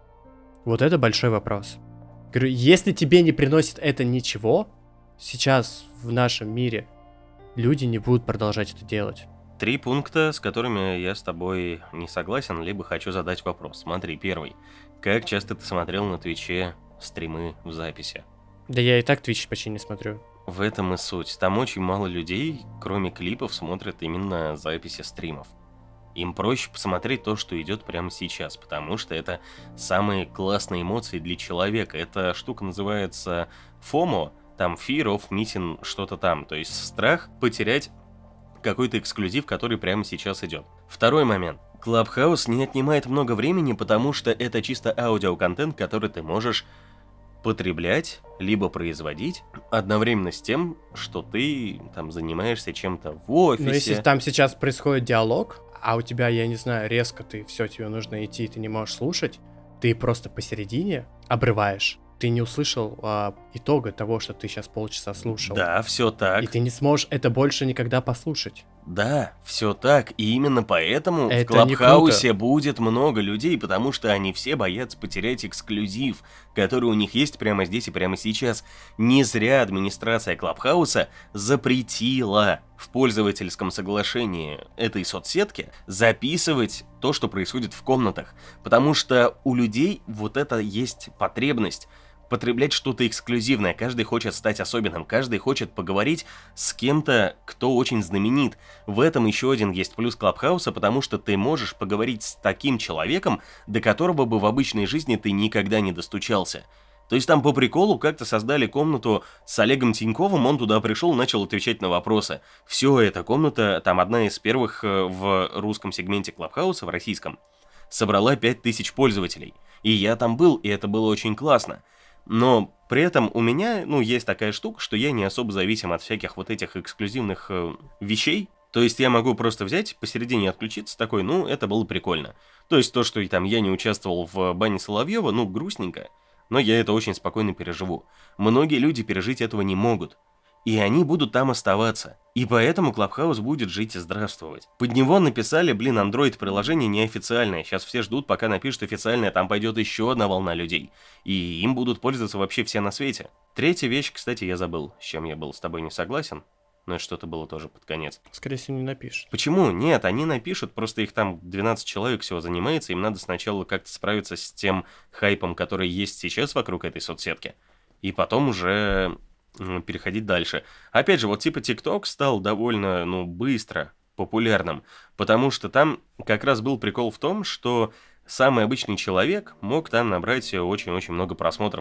Вот это большой вопрос. Говорю, если тебе не приносит это ничего, сейчас в нашем мире люди не будут продолжать это делать. 3 пункта, с которыми я с тобой не согласен, либо хочу задать вопрос. Смотри, первый. Как часто ты смотрел на Твиче стримы в записи? Да я и так Twitch почти не смотрю. В этом и суть. Там очень мало людей, кроме клипов, смотрят именно записи стримов. Им проще посмотреть то, что идет прямо сейчас, потому что это самые классные эмоции для человека. Эта штука называется FOMO, там Fear of Missing что-то там, то есть страх потерять какой-то эксклюзив, который прямо сейчас идет. Второй момент. Clubhouse не отнимает много времени, потому что это чисто аудиоконтент, который ты можешь потреблять, либо производить одновременно с тем, что ты там занимаешься чем-то в офисе. Но если там сейчас происходит диалог, а у тебя, я не знаю, резко тебе нужно идти, ты не можешь слушать, ты просто посередине обрываешь. Ты не услышал итога того, что ты сейчас полчаса слушал. Да, все так. И ты не сможешь это больше никогда послушать. Да, все так, и именно поэтому Это в Клабхаусе будет много людей, потому что они все боятся потерять эксклюзив, который у них есть прямо здесь и прямо сейчас. Не зря администрация Клабхауса запретила в пользовательском соглашении этой соцсетки записывать то, что происходит в комнатах, потому что у людей вот это есть потребность. Потреблять что-то эксклюзивное, каждый хочет стать особенным, каждый хочет поговорить с кем-то, кто очень знаменит. В этом еще один есть плюс Клабхауса, потому что ты можешь поговорить с таким человеком, до которого бы в обычной жизни ты никогда не достучался. То есть там по приколу как-то создали комнату с Олегом Тиньковым, он туда пришел, начал отвечать на вопросы. Все, эта комната, там одна из первых в русском сегменте Клабхауса, в российском, собрала 5000 пользователей. И я там был, и это было очень классно. Но при этом у меня, есть такая штука, что я не особо зависим от всяких вот этих эксклюзивных вещей. То есть я могу просто взять, посередине отключиться, такой, это было прикольно. То есть то, что там я не участвовал в бане Соловьева, грустненько, но я это очень спокойно переживу. Многие люди пережить этого не могут. И они будут там оставаться. И поэтому Клабхаус будет жить и здравствовать. Под него написали, Android-приложение неофициальное. Сейчас все ждут, пока напишут официальное, там пойдет еще одна волна людей. И им будут пользоваться вообще все на свете. Третья вещь, кстати, я забыл, с чем я был с тобой не согласен. Но это что-то было тоже под конец. Скорее всего, не напишут. Почему? Нет, они напишут, просто их там 12 человек всего занимается, им надо сначала как-то справиться с тем хайпом, который есть сейчас вокруг этой соцсетки. И потом уже переходить дальше. Опять же, вот типа TikTok стал довольно, быстро популярным, потому что там как раз был прикол в том, что самый обычный человек мог там набрать очень-очень много просмотров.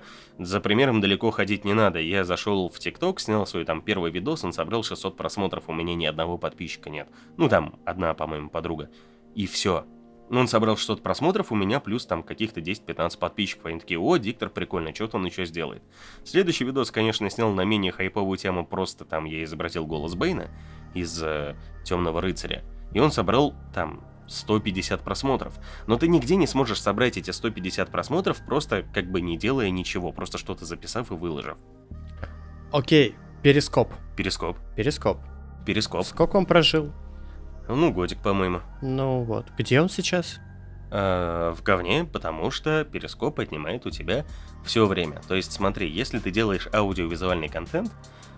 За примером далеко ходить не надо. Я зашел в TikTok, снял свой там первый видос, он собрал 600 просмотров, у меня ни одного подписчика нет. Там одна, по-моему, подруга. И все. Он собрал 600 просмотров, у меня плюс там каких-то 10-15 подписчиков. Они такие, диктор прикольно, что-то он еще сделает. Следующий видос, конечно, снял на менее хайповую тему, просто там я изобразил голос Бэйна из Темного рыцаря. И он собрал там 150 просмотров. Но ты нигде не сможешь собрать эти 150 просмотров, просто как бы не делая ничего, просто что-то записав и выложив. Окей, Перископ. Перископ. Сколько он прожил? Годик, по-моему. Где он сейчас? В говне, потому что Перископ отнимает у тебя все время. То есть смотри, если ты делаешь аудиовизуальный контент,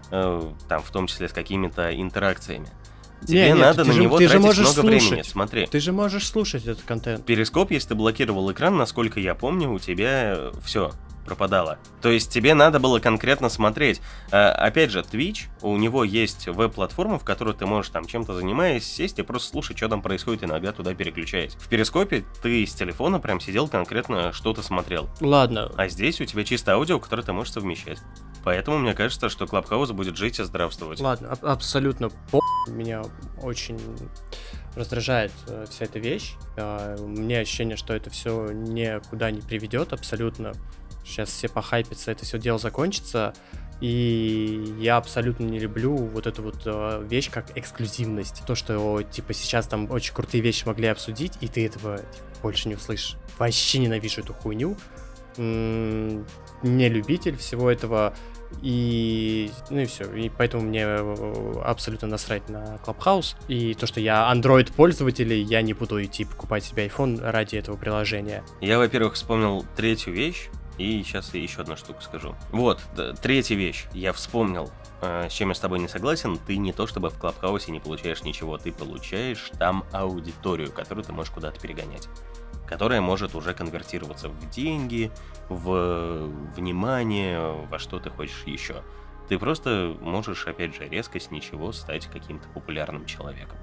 там в том числе с какими-то интеракциями, тебе надо на него тратить много времени. Смотри. Ты же можешь слушать этот контент. Перископ, если ты блокировал экран, насколько я помню, у тебя все пропадало. То есть тебе надо было конкретно смотреть. Опять же, Twitch, у него есть веб-платформа, в которой ты можешь там чем-то занимаясь, сесть и просто слушать, что там происходит, иногда туда переключаясь. В Перископе ты с телефона прям сидел конкретно, что-то смотрел. Ладно. А здесь у тебя чисто аудио, которое ты можешь совмещать. Поэтому мне кажется, что Клабхаус будет жить и здравствовать. Ладно, абсолютно меня очень раздражает вся эта вещь. У меня ощущение, что это все никуда не приведет абсолютно. Сейчас все похайпятся, это все дело закончится. И я абсолютно не люблю вот эту вот вещь как эксклюзивность. То, что сейчас там очень крутые вещи могли обсудить, и ты этого больше не услышишь. Вообще ненавижу эту хуйню. Не любитель всего этого. И все. И поэтому мне абсолютно насрать на Clubhouse. И то, что я Android-пользователь, я не буду идти покупать себе iPhone ради этого приложения. Я, во-первых, вспомнил третью вещь. И сейчас я еще одну штуку скажу. Третья вещь. Я вспомнил, с чем я с тобой не согласен. Ты не то чтобы в Клабхаусе не получаешь ничего. Ты получаешь там аудиторию, которую ты можешь куда-то перегонять. Которая может уже конвертироваться в деньги, в внимание, во что ты хочешь еще. Ты просто можешь, опять же, резко с ничего стать каким-то популярным человеком.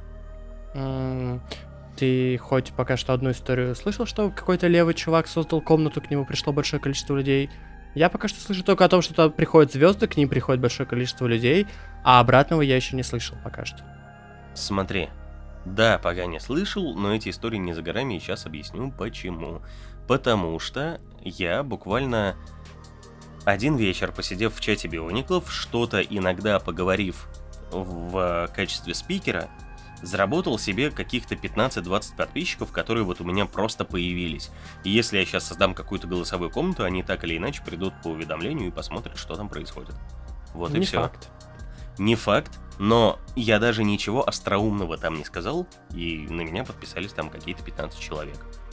Ты хоть пока что одну историю слышал, что какой-то левый чувак создал комнату, к нему пришло большое количество людей? Я пока что слышу только о том, что туда приходят звезды, к ним приходит большое количество людей, а обратного я еще не слышал пока что. Смотри. Да, пока не слышал, но эти истории не за горами, и сейчас объясню почему. Потому что я буквально один вечер, посидев в чате биониклов, что-то иногда поговорив в качестве спикера, заработал себе каких-то 15-20 подписчиков, которые вот у меня просто появились. И если я сейчас создам какую-то голосовую комнату, они так или иначе придут по уведомлению и посмотрят, что там происходит. Вот и все. Факт. Не факт, Но я даже ничего остроумного там не сказал, и на меня подписались там какие-то 15 человек.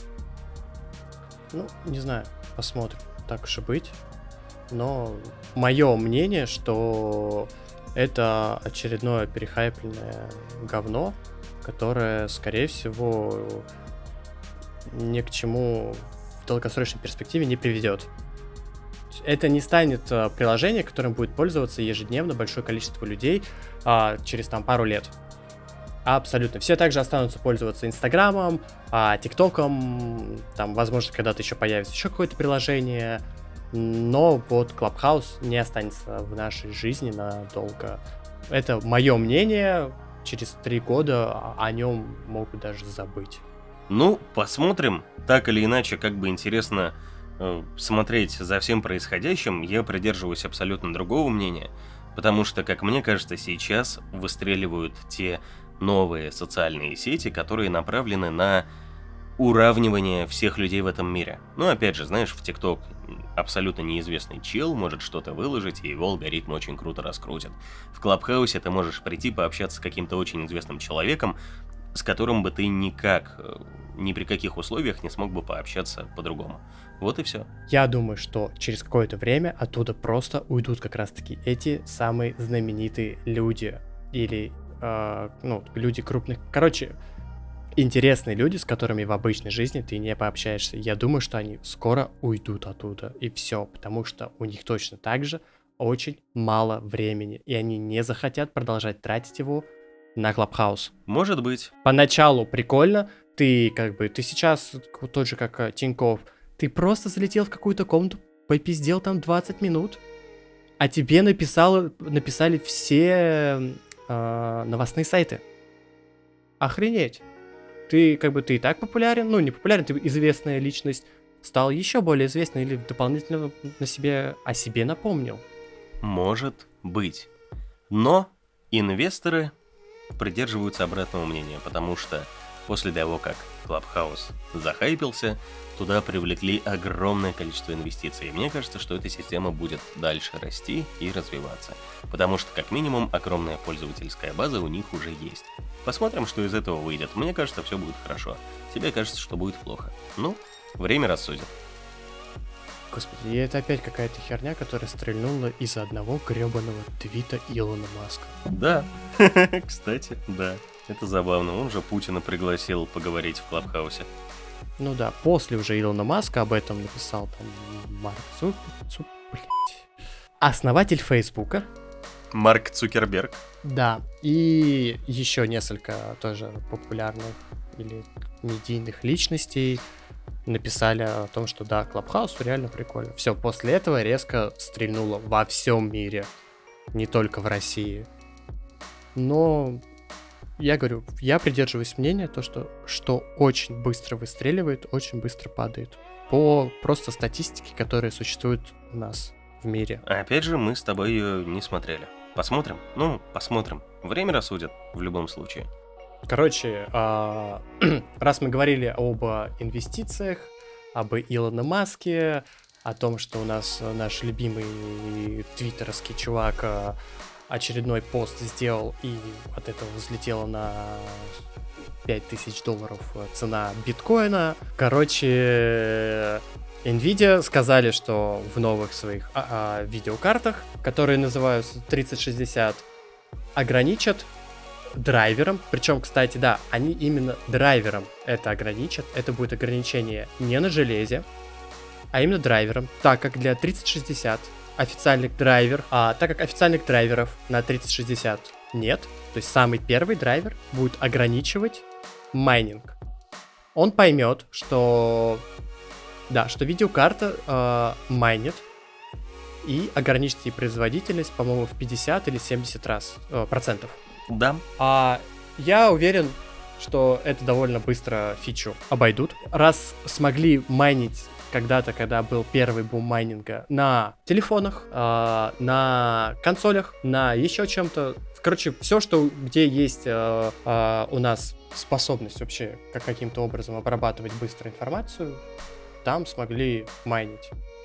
Ну, не знаю, посмотрим, так уж и быть. Но мое мнение, что это очередное перехайпленное говно, которое, скорее всего, ни к чему в долгосрочной перспективе не приведет. Это не станет приложение, которым будет пользоваться ежедневно большое количество людей через там пару лет. Абсолютно. Все также останутся пользоваться Инстаграмом, ТикТоком, там, возможно, когда-то еще появится еще какое-то приложение, но вот Clubhouse не останется в нашей жизни надолго. Это мое мнение, через 3 года о нем могут даже забыть. Ну, посмотрим. Так или иначе, как бы интересно смотреть за всем происходящим, я придерживаюсь абсолютно другого мнения, потому что, как мне кажется, сейчас выстреливают те новые социальные сети, которые направлены на уравнивание всех людей в этом мире. Ну, опять же, знаешь, в ТикТок абсолютно неизвестный чел может что-то выложить, и его алгоритм очень круто раскрутит. В Клабхаусе ты можешь прийти пообщаться с каким-то очень известным человеком, с которым бы ты никак, ни при каких условиях не смог бы пообщаться по-другому. Вот и все. Я думаю, что через какое-то время оттуда просто уйдут как раз-таки эти самые знаменитые люди. Или, люди крупных. Короче, интересные люди, с которыми в обычной жизни ты не пообщаешься. Я думаю, что они скоро уйдут оттуда. И все, потому что у них точно так же очень мало времени. И они не захотят продолжать тратить его на Clubhouse. Может быть. Поначалу прикольно. Ты сейчас тот же, как Тинькофф, ты просто залетел в какую-то комнату, попиздел там 20 минут, а тебе написали все новостные сайты. Охренеть. Ты и так популярен, не популярен, ты известная личность, стал еще более известным или дополнительно о себе напомнил. Может быть. Но инвесторы придерживаются обратного мнения, потому что после того, как Clubhouse захайпился, туда привлекли огромное количество инвестиций. И мне кажется, что эта система будет дальше расти и развиваться. Потому что, как минимум, огромная пользовательская база у них уже есть. Посмотрим, что из этого выйдет. Мне кажется, все будет хорошо. Тебе кажется, что будет плохо. Время рассудит. Господи, и это опять какая-то херня, которая стрельнула из-за одного гребаного твита Илона Маска. Да, кстати, да. Это забавно. Он же Путина пригласил поговорить в Клабхаусе. Ну да, после уже Илона Маска об этом написал там Марк основатель Фейсбука. Марк Цукерберг. Да, и еще несколько тоже популярных или медийных личностей написали о том, что да, Клабхаус реально прикольно. Все, после этого резко стрельнуло во всем мире, не только в России. Но я говорю, я придерживаюсь мнения, что очень быстро выстреливает, очень быстро падает. По просто статистике, которая существует у нас в мире. Опять же, мы с тобой ее не смотрели. Посмотрим? Посмотрим. Время рассудит в любом случае. Короче, раз мы говорили об инвестициях, об Илоне Маске, о том, что у нас наш любимый твиттерский чувак очередной пост сделал, и от этого взлетела на $5000 цена биткоина. Короче, Nvidia сказали, что в новых своих видеокартах, которые называются 3060, ограничат драйвером. Причем, кстати, да, они именно драйвером это ограничат. Это будет ограничение не на железе, а именно драйвером, так как для 3060 официальных драйверов на 3060 нет, то есть самый первый драйвер будет ограничивать майнинг. Он поймет, что видеокарта майнит и ограничит ей производительность, по-моему, в 50 или 70 процентов. Да. Я уверен, что это довольно быстро фичу обойдут. Раз смогли майнить когда-то, когда был первый бум майнинга, на телефонах, на консолях, на еще чем-то. Короче, все, где есть у нас способность вообще каким-то образом обрабатывать быстро информацию, там смогли майнить.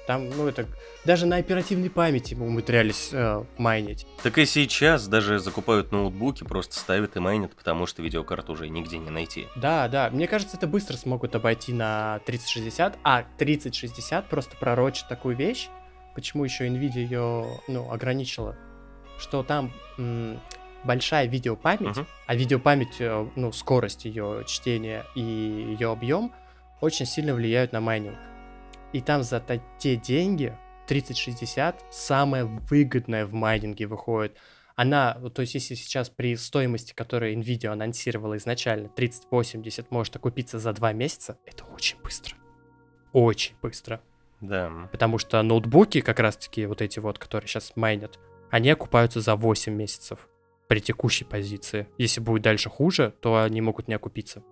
Там, ну, это даже на оперативной памяти мы умудрялись майнить. Так и сейчас даже закупают ноутбуки, просто ставят и майнят, потому что видеокарту уже нигде не найти. Да, мне кажется, это быстро смогут обойти на 3060, а 3060 просто пророчит такую вещь, почему еще Nvidia ее, ну, ограничила, что там большая видеопамять, а видеопамять, ну, скорость ее чтения и ее объем очень сильно влияют на майнинг. И там за те деньги 3060 самая выгодная в майнинге выходит. Она, то есть если сейчас при стоимости, которую Nvidia анонсировала изначально, 3080 может окупиться за 2 месяца, это очень быстро. Очень быстро. Да. Потому что ноутбуки, как раз-таки вот эти вот, которые сейчас майнят, они окупаются за 8 месяцев при текущей позиции. Если будет дальше хуже, то они могут не окупиться.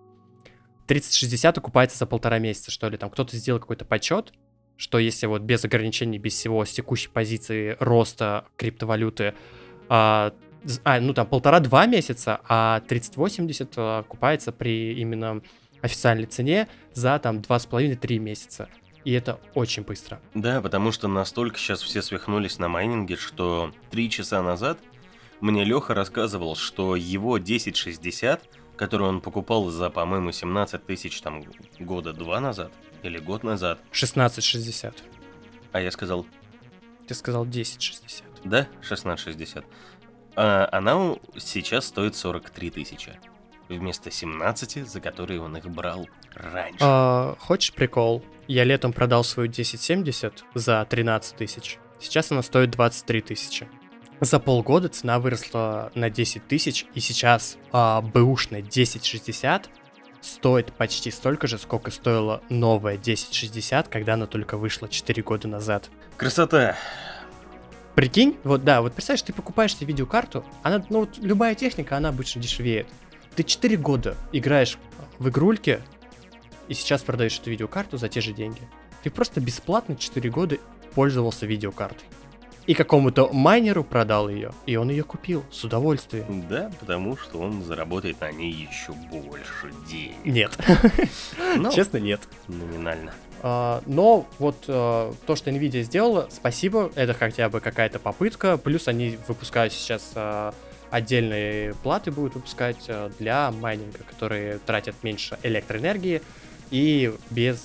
3060 окупается за 1,5 месяца, что ли. Там кто-то сделал какой-то подсчет, что если вот без ограничений, без всего, с текущей позиции роста криптовалюты, ну там 1,5-2 месяца, а 3080 окупается при именно официальной цене за там 2,5-3 месяца. И это очень быстро. Да, потому что настолько сейчас все свихнулись на майнинге, что 3 часа назад мне Леха рассказывал, что его 1060, который он покупал за, по-моему, 17 тысяч там года 2 назад или год назад. 1660. А я сказал... Ты сказал 1060. Да, 1660. А она сейчас стоит 43 тысячи. Вместо 17, за которые он их брал раньше. Хочешь прикол? Я летом продал свою 1070 за 13 тысяч. Сейчас она стоит 23 тысячи. За полгода цена выросла на 10 тысяч, и сейчас бэушная 1060 стоит почти столько же, сколько стоила новая 1060, когда она только вышла 4 года назад. Красота! Прикинь, вот да, вот представляешь, ты покупаешь себе видеокарту, она, ну вот любая техника, она обычно дешевеет. Ты 4 года играешь в игрульки, и сейчас продаешь эту видеокарту за те же деньги. Ты просто бесплатно 4 года пользовался видеокартой. И какому-то майнеру продал ее, и он ее купил с удовольствием. Да, потому что он заработает на ней еще больше денег. Нет. Честно, нет. Номинально. Но вот то, что Nvidia сделала, спасибо, это хотя бы какая-то попытка. Плюс они выпускают сейчас отдельные платы, будут выпускать для майнинга, которые тратят меньше электроэнергии и без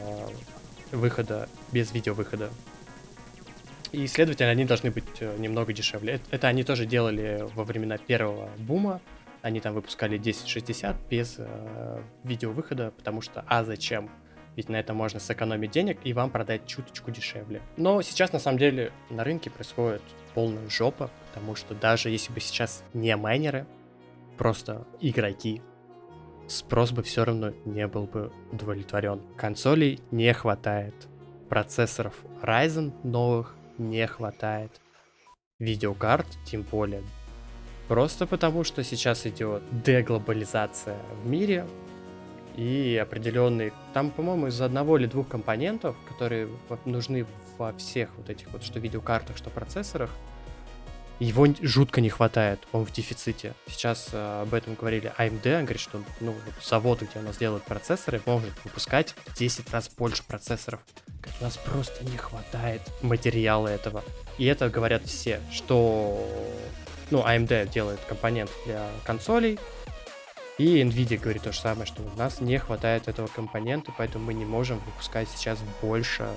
выхода, без видеовыхода. И, следовательно, они должны быть немного дешевле. Это они тоже делали во времена первого бума. Они там выпускали 1060 без видеовыхода, потому что зачем? Ведь на это можно сэкономить денег и вам продать чуточку дешевле. Но сейчас, на самом деле, на рынке происходит полная жопа, потому что даже если бы сейчас не майнеры, просто игроки, спрос бы все равно не был бы удовлетворен. Консолей не хватает, процессоров Ryzen новых не хватает, видеокарт тем более. Просто потому, что сейчас идет деглобализация в мире, и определенные, там, по-моему, из одного или двух компонентов, которые нужны во всех вот этих вот, что видеокартах, что процессорах, его жутко не хватает, он в дефиците. Сейчас об этом говорили AMD, он говорит, что завод, где у нас делают процессоры, может выпускать в 10 раз больше процессоров. У нас просто не хватает материала этого. И это говорят все, что AMD делает компонент для консолей, и Nvidia говорит то же самое, что у нас не хватает этого компонента, поэтому мы не можем выпускать сейчас больше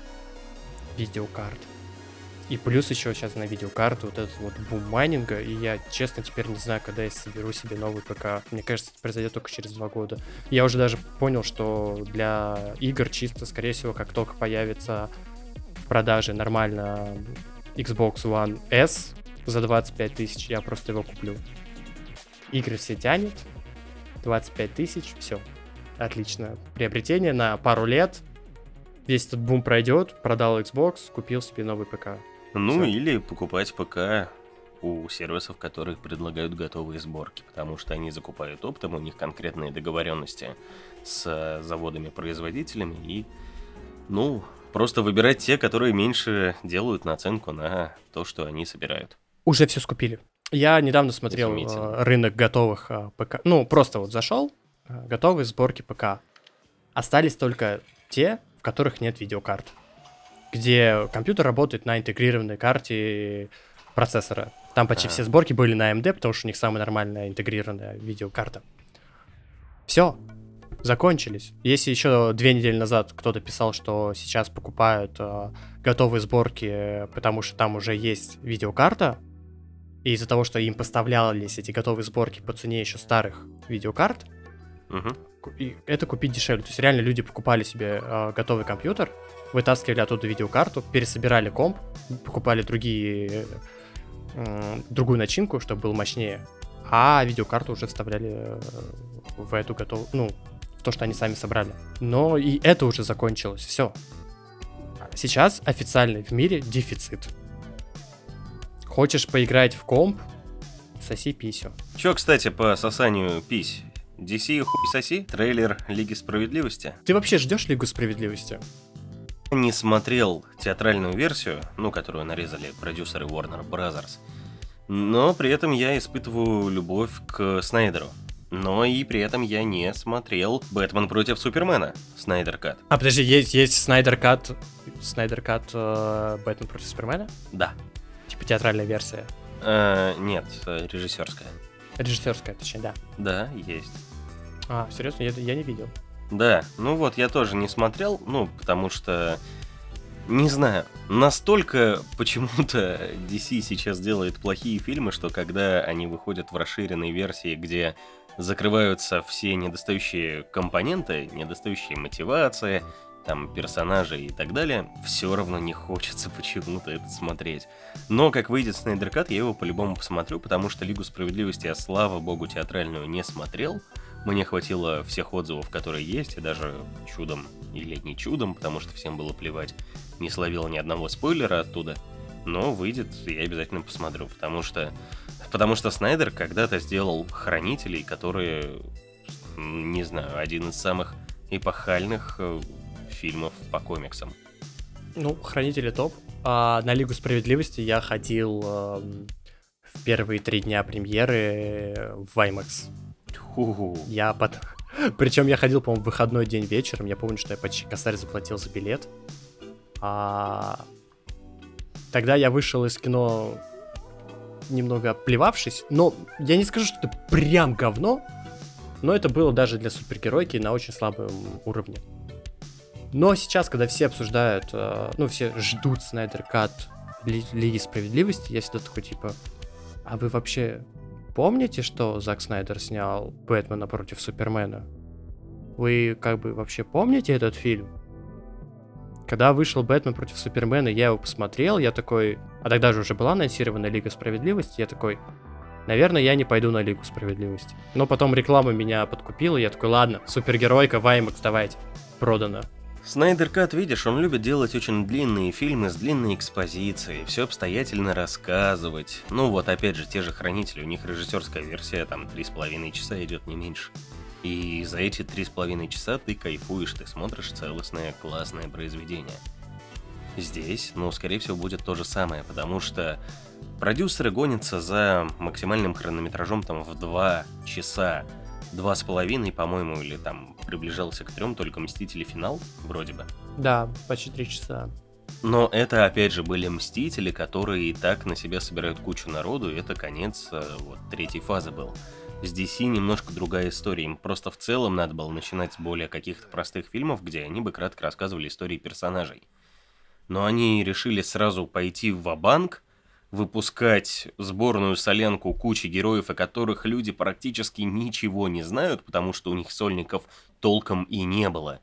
видеокарт. И плюс еще сейчас на видеокарту вот этот вот бум майнинга, и я, честно, теперь не знаю, когда я соберу себе новый ПК. Мне кажется, это произойдет только через 2 года. Я уже даже понял, что для игр чисто, скорее всего, как только появится в продаже нормально Xbox One S за 25 тысяч, я просто его куплю. Игры все тянет, 25 тысяч, все, отлично. Приобретение на пару лет, весь этот бум пройдет, продал Xbox, купил себе новый ПК. Ну, или покупать ПК у сервисов, которые предлагают готовые сборки, потому что они закупают оптом, у них конкретные договоренности с заводами-производителями, и, просто выбирать те, которые меньше делают наценку на то, что они собирают. Уже все скупили. Я недавно смотрел рынок готовых ПК, просто вот зашел, готовые сборки ПК. Остались только те, в которых нет видеокарт. где компьютер работает на интегрированной карте процессора. Там почти все сборки были на AMD, потому что у них самая нормальная интегрированная видеокарта. Все, закончились. Если еще 2 недели назад кто-то писал, что сейчас покупают готовые сборки, потому что там уже есть видеокарта, и из-за того, что им поставлялись эти готовые сборки по цене еще старых видеокарт, и это купить дешевле. То есть реально люди покупали себе готовый компьютер, вытаскивали оттуда видеокарту, пересобирали комп, покупали другую начинку, чтобы был мощнее, а видеокарту уже вставляли в эту готовую, в то, что они сами собрали. Но и это уже закончилось, все. Сейчас официальный в мире дефицит. Хочешь поиграть в комп, соси писю. Чё, кстати, по сосанию пись? DC хуй соси? Трейлер Лиги Справедливости? Ты вообще ждешь Лигу Справедливости? Не смотрел театральную версию, которую нарезали продюсеры Warner Brothers, но при этом я испытываю любовь к Снайдеру. Но и при этом я не смотрел «Бэтмен против Супермена» Снайдер Кат. А подожди, есть Снайдер Кат «Бэтмен против Супермена»? Да. Типа театральная версия? Нет, режиссерская. Режиссерская, точнее, да. Да, есть. А, серьезно? Я не видел. Да, я тоже не смотрел, потому что, не знаю, настолько почему-то DC сейчас делает плохие фильмы, что когда они выходят в расширенной версии, где закрываются все недостающие компоненты, недостающие мотивации, там, персонажи и так далее, все равно не хочется почему-то это смотреть. Но как выйдет Снайдер Кат, я его по-любому посмотрю, потому что Лигу Справедливости я, слава богу, театральную не смотрел. Мне хватило всех отзывов, которые есть, и даже чудом или не чудом, потому что всем было плевать, не словил ни одного спойлера оттуда. Но выйдет, я обязательно посмотрю, потому что Снайдер когда-то сделал Хранителей, которые, не знаю, один из самых эпохальных фильмов по комиксам. Хранители топ. А на Лигу Справедливости я ходил в первые 3 дня премьеры в IMAX. Причем я ходил, по-моему, в выходной день вечером. Я помню, что я почти косарь заплатил за билет. Тогда я вышел из кино немного оплевавшись. Но я не скажу, что это прям говно. Но это было даже для супергеройки на очень слабом уровне. Но сейчас, когда все обсуждают, все ждут Снайдер Кат Лиги Справедливости, я всегда такой, типа, а вы вообще помните, что Зак Снайдер снял Бэтмена против Супермена? Вы вообще помните этот фильм? Когда вышел Бэтмен против Супермена, я его посмотрел, я такой... А тогда же уже была анонсирована Лига Справедливости, я такой... Наверное, я не пойду на Лигу Справедливости. Но потом реклама меня подкупила, и я такой, ладно, супергеройка, в IMAX, давайте, продано. Снайдер Кат, видишь, он любит делать очень длинные фильмы с длинной экспозицией, все обстоятельно рассказывать. Опять же, те же Хранители, у них режиссерская версия, там 3,5 часа идет, не меньше. И за эти 3,5 часа ты кайфуешь, ты смотришь целостное, классное произведение. Здесь, скорее всего, будет то же самое, потому что продюсеры гонятся за максимальным хронометражом там в 2 часа. 2,5, по-моему, или там приближался к 3, только Мстители финал, вроде бы. Да, почти 3 часа. Но это, опять же, были Мстители, которые и так на себя собирают кучу народу, и это конец 3-й фазы был. С DC немножко другая история, им просто в целом надо было начинать с более каких-то простых фильмов, где они бы кратко рассказывали истории персонажей. Но они решили сразу пойти ва-банк, выпускать сборную солянку кучи героев, о которых люди практически ничего не знают, потому что у них сольников толком и не было.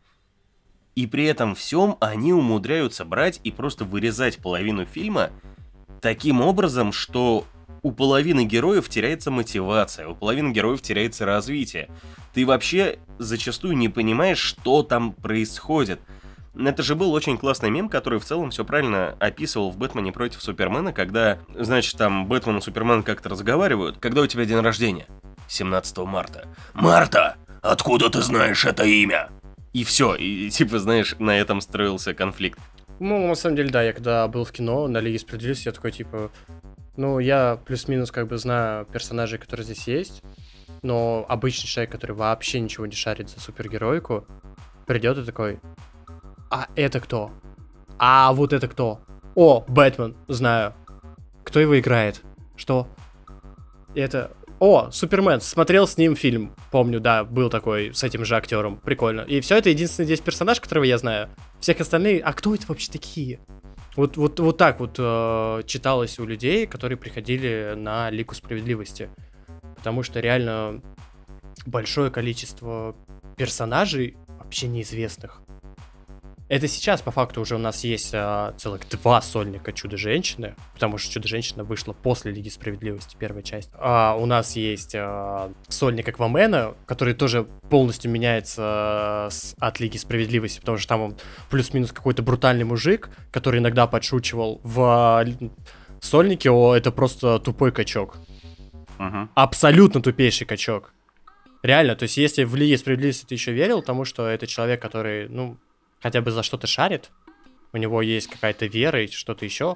И при этом всем они умудряются брать и просто вырезать половину фильма таким образом, что у половины героев теряется мотивация, у половины героев теряется развитие. Ты вообще зачастую не понимаешь, что там происходит. Это же был очень классный мем, который в целом все правильно описывал в «Бэтмене против Супермена», когда, значит, там Бэтмен и Супермен как-то разговаривают. Когда у тебя день рождения? 17 марта. Марта! Откуда ты знаешь это имя? И все, и знаешь, на этом строился конфликт. На самом деле, да, я когда был в кино на Лиге Справедливости, я такой, я плюс-минус знаю персонажей, которые здесь есть, но обычный человек, который вообще ничего не шарит за супергеройку, придет и такой... А это кто? А вот это кто? О, Бэтмен, знаю. Кто его играет? Что? Это... О, Супермен, смотрел с ним фильм, помню, да, был такой, с этим же актером, прикольно. И все, это единственный здесь персонаж, которого я знаю. Всех остальных, а кто это вообще такие? Вот так вот читалось у людей, которые приходили на Лигу Справедливости. Потому что реально большое количество персонажей вообще неизвестных. Это сейчас, по факту, уже у нас есть целых 2 сольника Чудо-женщины, потому что Чудо-женщина вышла после Лиги Справедливости, первая часть. У нас есть сольник Аквамена, который тоже полностью меняется от Лиги Справедливости, потому что там он плюс-минус какой-то брутальный мужик, который иногда подшучивал. В сольнике это просто тупой качок. Абсолютно тупейший качок. Реально, то есть если в Лиге Справедливости ты еще верил тому, что это человек, который, хотя бы за что-то шарит, у него есть какая-то вера и что-то еще,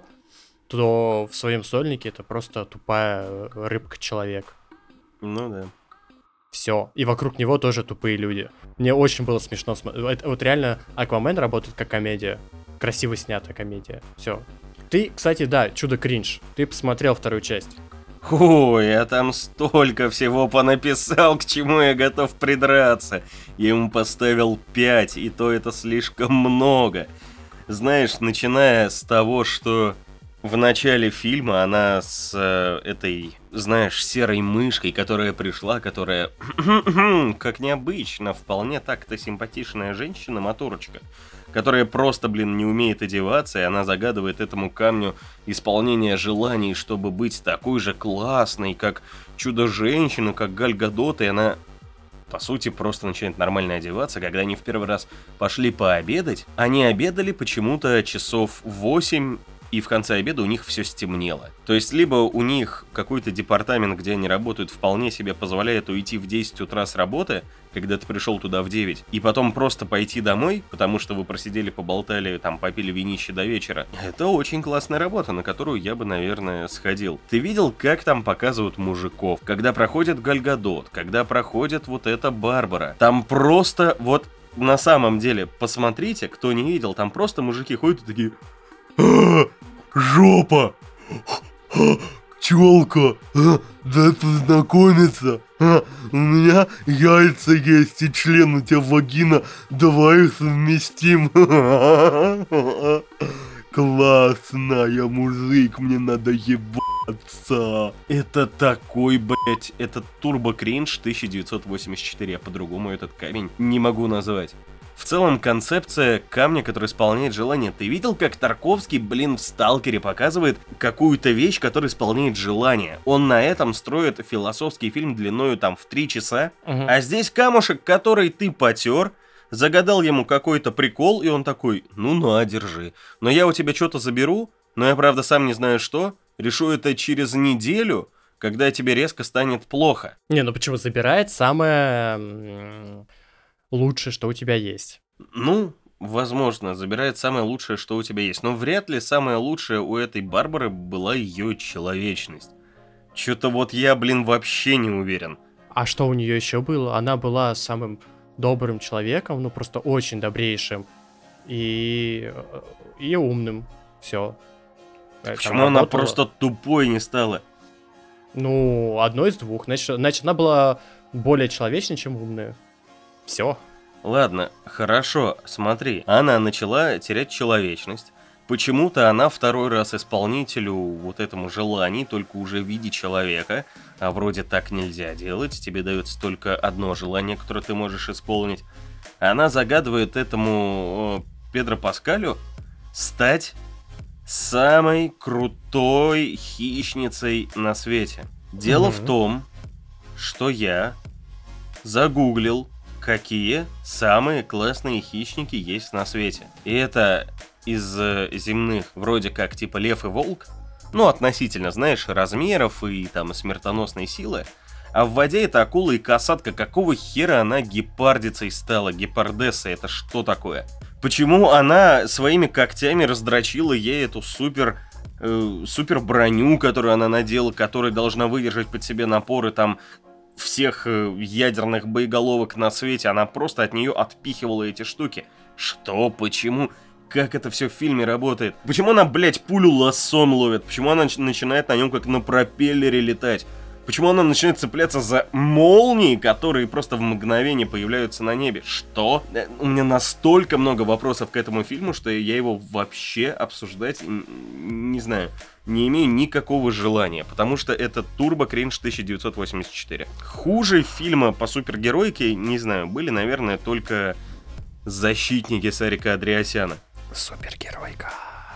то в своем сольнике это просто тупая рыбка-человек. Ну да. Все. И вокруг него тоже тупые люди. Мне очень было смешно смотреть. Вот реально Аквамен работает как комедия. Красиво снятая комедия. Все. Ты, кстати, да, чудо-кринж. Ты посмотрел 2-ю часть. Ой, я там столько всего понаписал, к чему я готов придраться. Я ему поставил 5, и то это слишком много. Знаешь, начиная с того, что в начале фильма она с этой, знаешь, серой мышкой, которая пришла, которая, как необычно, вполне так-то симпатичная женщина, моторочка, которая просто, не умеет одеваться, и она загадывает этому камню исполнение желаний, чтобы быть такой же классной, как Чудо-женщина, как Галь Гадот, и она, по сути, просто начинает нормально одеваться. Когда они в первый раз пошли пообедать, они обедали почему-то часов 8, и в конце обеда у них все стемнело. То есть, либо у них какой-то департамент, где они работают, вполне себе позволяет уйти в 10 утра с работы, когда ты пришел туда в 9, и потом просто пойти домой, потому что вы просидели, поболтали, там, попили винище до вечера. Это очень классная работа, на которую я бы, наверное, сходил. Ты видел, как там показывают мужиков? Когда проходит Галь Гадот, когда проходит вот эта Барбара. Там просто, вот, на самом деле, посмотрите, кто не видел, там просто мужики ходят и такие... Жопа! Челка! Дай познакомиться! У меня яйца есть и член, у тебя вагина, давай их совместим! Классно, я мужик, мне надо ебаться! Это такой, блять, это турбо-кринж 1984, я по-другому этот камень не могу назвать. В целом, концепция камня, который исполняет желание. Ты видел, как Тарковский, в Сталкере показывает какую-то вещь, которая исполняет желание? Он на этом строит философский фильм длиною там в 3 часа. А здесь камушек, который ты потер, загадал ему какой-то прикол, и он такой, держи. Но я у тебя что-то заберу, но я, правда, сам не знаю что. Решу это через неделю, когда тебе резко станет плохо. Почему забирает самое... лучшее, что у тебя есть. Возможно, забирает самое лучшее, что у тебя есть. Но вряд ли самое лучшее у этой Барбары была ее человечность. Что-то вот я, вообще не уверен. А что у нее еще было? Она была самым добрым человеком, просто очень добрейшим. И умным. Все. Почему она просто тупой не стала? Одно из двух. Значит, она была более человечной, чем умная. Все. Ладно, хорошо, смотри. Она начала терять человечность. Почему-то она 2-й раз исполнителю вот этому желаний, только уже в виде человека. А вроде так нельзя делать. Тебе дается только одно желание, которое ты можешь исполнить. Она загадывает этому Педро Паскалю стать самой крутой хищницей на свете. Дело в том, что я загуглил, какие самые классные хищники есть на свете. И это из земных, вроде как типа лев и волк, относительно, знаешь, размеров и там смертоносной силы. А в воде это акула и касатка. Какого хера она гепардицей стала? Гепардесса, это что такое? Почему она своими когтями раздрочила ей эту супер броню, которую она надела, которая должна выдержать под себе напоры там всех ядерных боеголовок на свете? Она просто от нее отпихивала эти штуки. Что? Почему? как это все в фильме работает. Почему она, блядь, пулю лассом ловит? Почему она начинает на нем как на пропеллере летать? Почему она начинает цепляться за молнии, которые просто в мгновение появляются на небе? Что? У меня настолько много вопросов к этому фильму, что я его вообще обсуждать, не знаю, не имею никакого желания, потому что это Turbo Cringe 1984. Хуже фильма по супергеройке, не знаю, были, наверное, только «Защитники» Сарика Андреасяна. Супергеройка.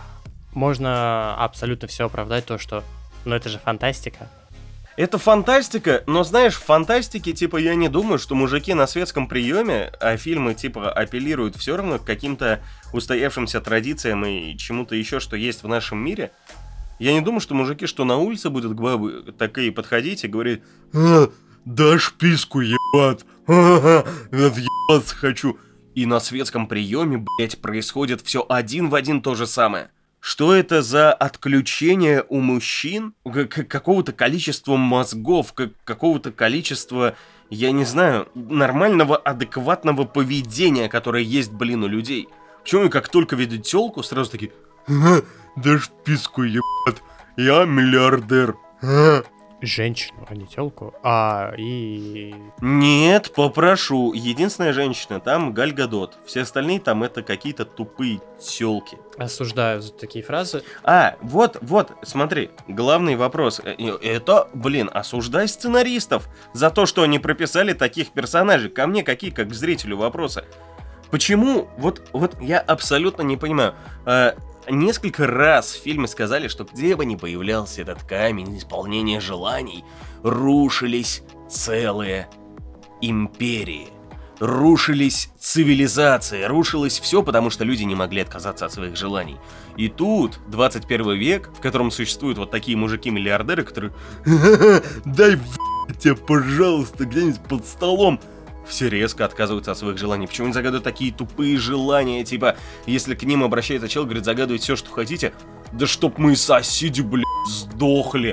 Можно абсолютно все оправдать, то что, ну это же фантастика. Это фантастика, но знаешь, в фантастике, типа, я не думаю, что мужики на светском приеме, а фильмы, типа, апеллируют все равно к каким-то устоявшимся традициям и чему-то еще, что есть в нашем мире. Я не думаю, что мужики, что на улице будут к бабе такие подходить и говорить: дашь писку, ебать, отъебаться хочу. И на светском приеме, блять, происходит все один в один то же самое. Что это за отключение у мужчин какого-то количества мозгов, какого-то количества, я не знаю, нормального, адекватного поведения, которое есть, блин, у людей? Почему как только видят тёлку, сразу такие: дашь писку, ебать, я миллиардер. Женщину, а не тёлку, и... Нет, попрошу. Единственная женщина там Галь Гадот. Все остальные там это какие-то тупые тёлки. Осуждаю за такие фразы. Вот, смотри, главный вопрос. Это, блин, осуждай сценаристов за то, что они прописали таких персонажей. Ко мне какие, как к зрителю, вопросы. Почему? Вот я абсолютно не понимаю. Несколько раз в фильме сказали, что где бы ни появлялся этот камень исполнения желаний, рушились целые империи, рушились цивилизации, рушилось все, потому что люди не могли отказаться от своих желаний. И тут 21 век, в котором существуют вот такие мужики-миллиардеры, которые: дай тебе, пожалуйста, где-нибудь под столом. Все резко отказываются от своих желаний. Почему они загадывают такие тупые желания? Типа, если к ним обращается чел, говорит: загадывайте все, что хотите. Да чтоб мы соседи, блядь, сдохли.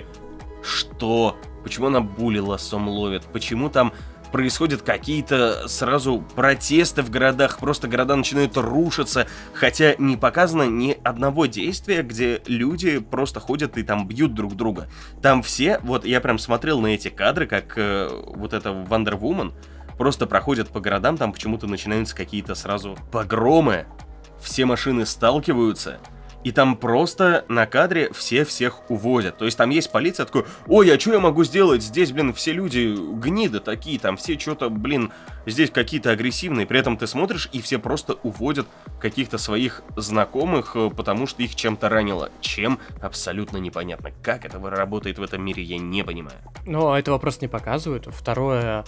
Что? Почему она були лассом ловит? Почему там происходят какие-то сразу протесты в городах? Просто города начинают рушиться. Хотя не показано ни одного действия, где люди просто ходят и там бьют друг друга. Там все, вот я прям смотрел на эти кадры, как вот эта Wonder Woman просто проходят по городам, там почему-то начинаются какие-то сразу погромы, все машины сталкиваются, и там просто на кадре все всех увозят. То есть там есть полиция, такой: ой, а что я могу сделать? Здесь, блин, все люди гниды такие, там все что-то, блин, здесь какие-то агрессивные. При этом ты смотришь, и все просто уводят каких-то своих знакомых, потому что их чем-то ранило. Чем? Абсолютно непонятно. Как это работает в этом мире, я не понимаю. Но это вопрос не показывают. Второе,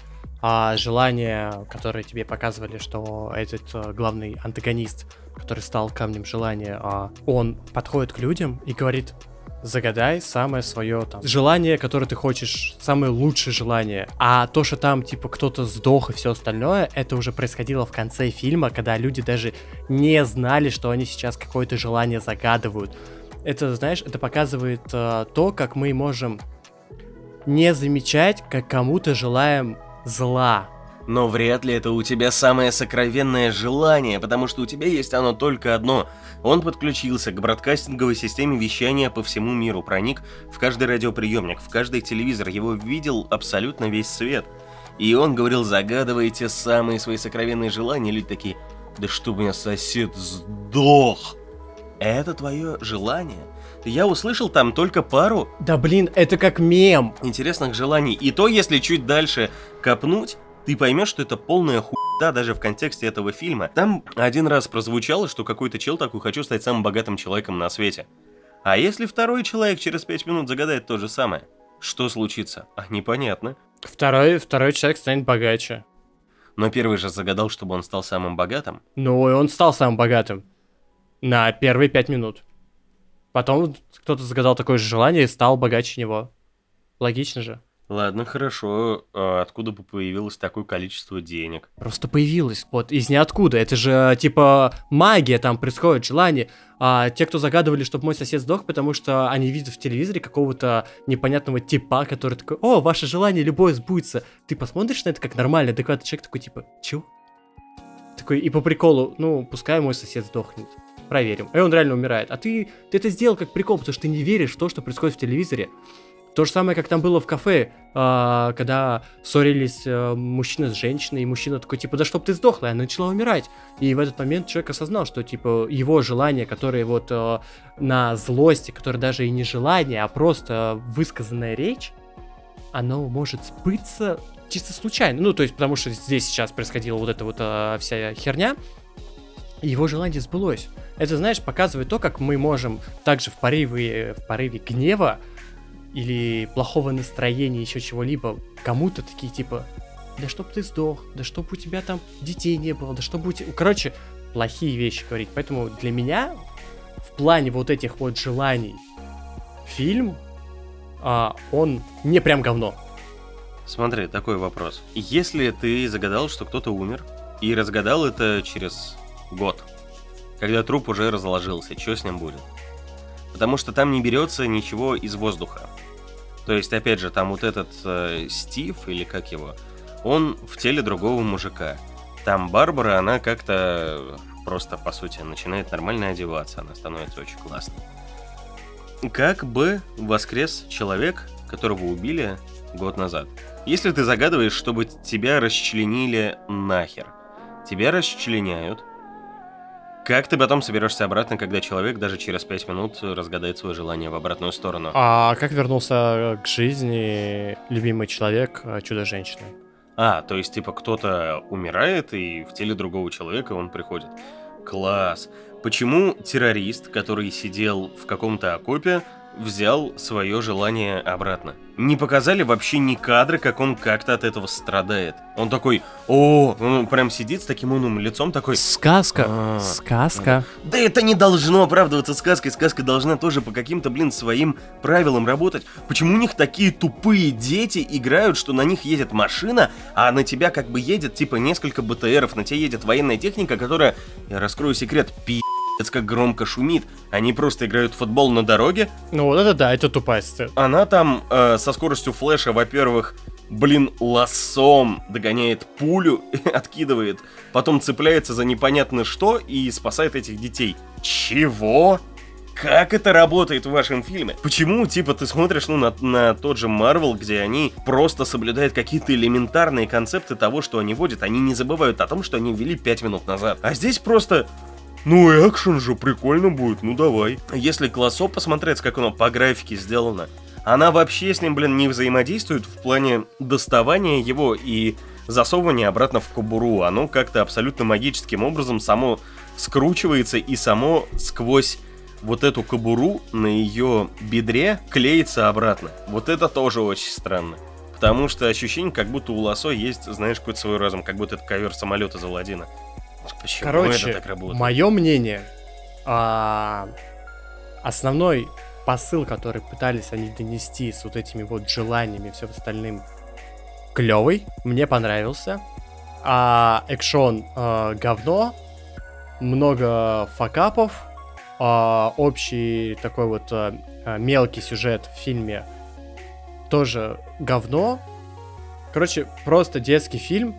желание, которое тебе показывали, что этот главный антагонист, который стал камнем желания, он подходит к людям и говорит: загадай самое свое там желание, которое ты хочешь, самое лучшее желание. А то, что там типа кто-то сдох и все остальное, это уже происходило в конце фильма, когда люди даже не знали, что они сейчас какое-то желание загадывают. Это, знаешь, это показывает то, как мы можем не замечать, как кому-то желаем зла. Но вряд ли это у тебя самое сокровенное желание, потому что у тебя есть оно только одно. Он подключился к бродкастинговой системе вещания по всему миру, проник в каждый радиоприемник, в каждый телевизор, его видел абсолютно весь свет. И он говорил: загадывайте самые свои сокровенные желания. Люди такие: да чтоб у меня сосед сдох. Это твое желание? Я услышал там только пару... Да блин, это как мем. Интересных желаний. И то, если чуть дальше копнуть, ты поймешь, что это полная хуйня даже в контексте этого фильма. Там один раз прозвучало, что какой-то чел такой: хочу стать самым богатым человеком на свете. А если второй человек через 5 минут загадает то же самое? Что случится? Непонятно. Второй человек станет богаче. Но первый же загадал, чтобы он стал самым богатым. Ну и он стал самым богатым. На первые 5 минут. Потом кто-то загадал такое же желание и стал богаче него. Логично же. Ладно, хорошо. А откуда бы появилось такое количество денег? Просто появилось. Вот из ниоткуда. Это же типа магия там происходит, желание. А те, кто загадывали, чтобы мой сосед сдох, потому что они видят в телевизоре какого-то непонятного типа, который такой: о, ваше желание любое сбудется. Ты посмотришь на это как нормальный, адекватный человек, такой типа: чего? Такой и по приколу: ну, пускай мой сосед сдохнет. проверим. И он реально умирает. А ты это сделал как прикол, потому что ты не веришь в то, что происходит в телевизоре. То же самое, как там было в кафе, когда ссорились мужчина с женщиной, и мужчина такой, типа, да чтоб ты сдохла, и она начала умирать. И в этот момент человек осознал, что, типа, его желание, которое вот на злости, которое даже и не желание, а просто высказанная речь, оно может сбыться чисто случайно. Ну, то есть, потому что здесь сейчас происходила вот эта вот вся херня, и его желание сбылось. Это, знаешь, показывает то, как мы можем также в порыве гнева или плохого настроения, еще чего-либо, кому-то такие, типа, да чтоб ты сдох, да чтоб у тебя там детей не было, да чтоб у тебя... Короче, плохие вещи говорить. Поэтому для меня в плане вот этих вот желаний фильм, он не прям говно. Смотри, такой вопрос. Если ты загадал, что кто-то умер, и разгадал это через год, когда труп уже разложился, что с ним будет? Потому что там не берется ничего из воздуха. То есть, опять же, там вот этот Стив, или как его, он в теле другого мужика. Там Барбара, она как-то просто, по сути, начинает нормально одеваться, она становится очень классной. Как бы воскрес человек, которого убили год назад? Если ты загадываешь, чтобы тебя расчленили нахер, тебя расчленяют, как ты потом соберешься обратно, когда человек даже через 5 минут разгадает свое желание в обратную сторону? А как вернулся к жизни любимый человек, Чудо-женщина? То есть, типа, кто-то умирает, и в теле другого человека он приходит. Класс. Почему террорист, который сидел в каком-то окопе, взял свое желание обратно? Не показали вообще ни кадры, как он как-то от этого страдает. Он такой, он прям сидит с таким умным лицом, такой... Сказка. Сказка. Да это не должно оправдываться сказкой. Сказка должна тоже по каким-то, своим правилам работать. Почему у них такие тупые дети играют, что на них едет машина, а на тебя как бы едет, типа, несколько БТРов, на тебя едет военная техника, которая, я раскрою секрет, как громко шумит. Они просто играют в футбол на дороге. Ну вот это да, это тупая сцена. Она там со скоростью флеша, во-первых, лассом догоняет пулю, откидывает, потом цепляется за непонятно что и спасает этих детей. Чего? Как это работает в вашем фильме? Почему, типа, ты смотришь, на тот же Marvel, где они просто соблюдают какие-то элементарные концепты того, что они водят, они не забывают о том, что они ввели 5 минут назад. А здесь просто... экшен же, прикольно будет, давай. Если Классо посмотреть, как оно по графике сделано, она вообще с ним, не взаимодействует в плане доставания его и засовывания обратно в кобуру. Оно как-то абсолютно магическим образом само скручивается и само сквозь вот эту кобуру на ее бедре клеится обратно. Вот это тоже очень странно. Потому что ощущение, как будто у Лассо есть, знаешь, какой-то свой разум, как будто это ковер самолета за Аладдина. Почему Короче, это так работает? Мое мнение, основной посыл, который пытались они донести с вот этими вот желаниями и всем остальным, клевый, мне понравился. Экшон говно, много факапов, общий такой вот мелкий сюжет в фильме тоже говно. Короче, просто детский фильм,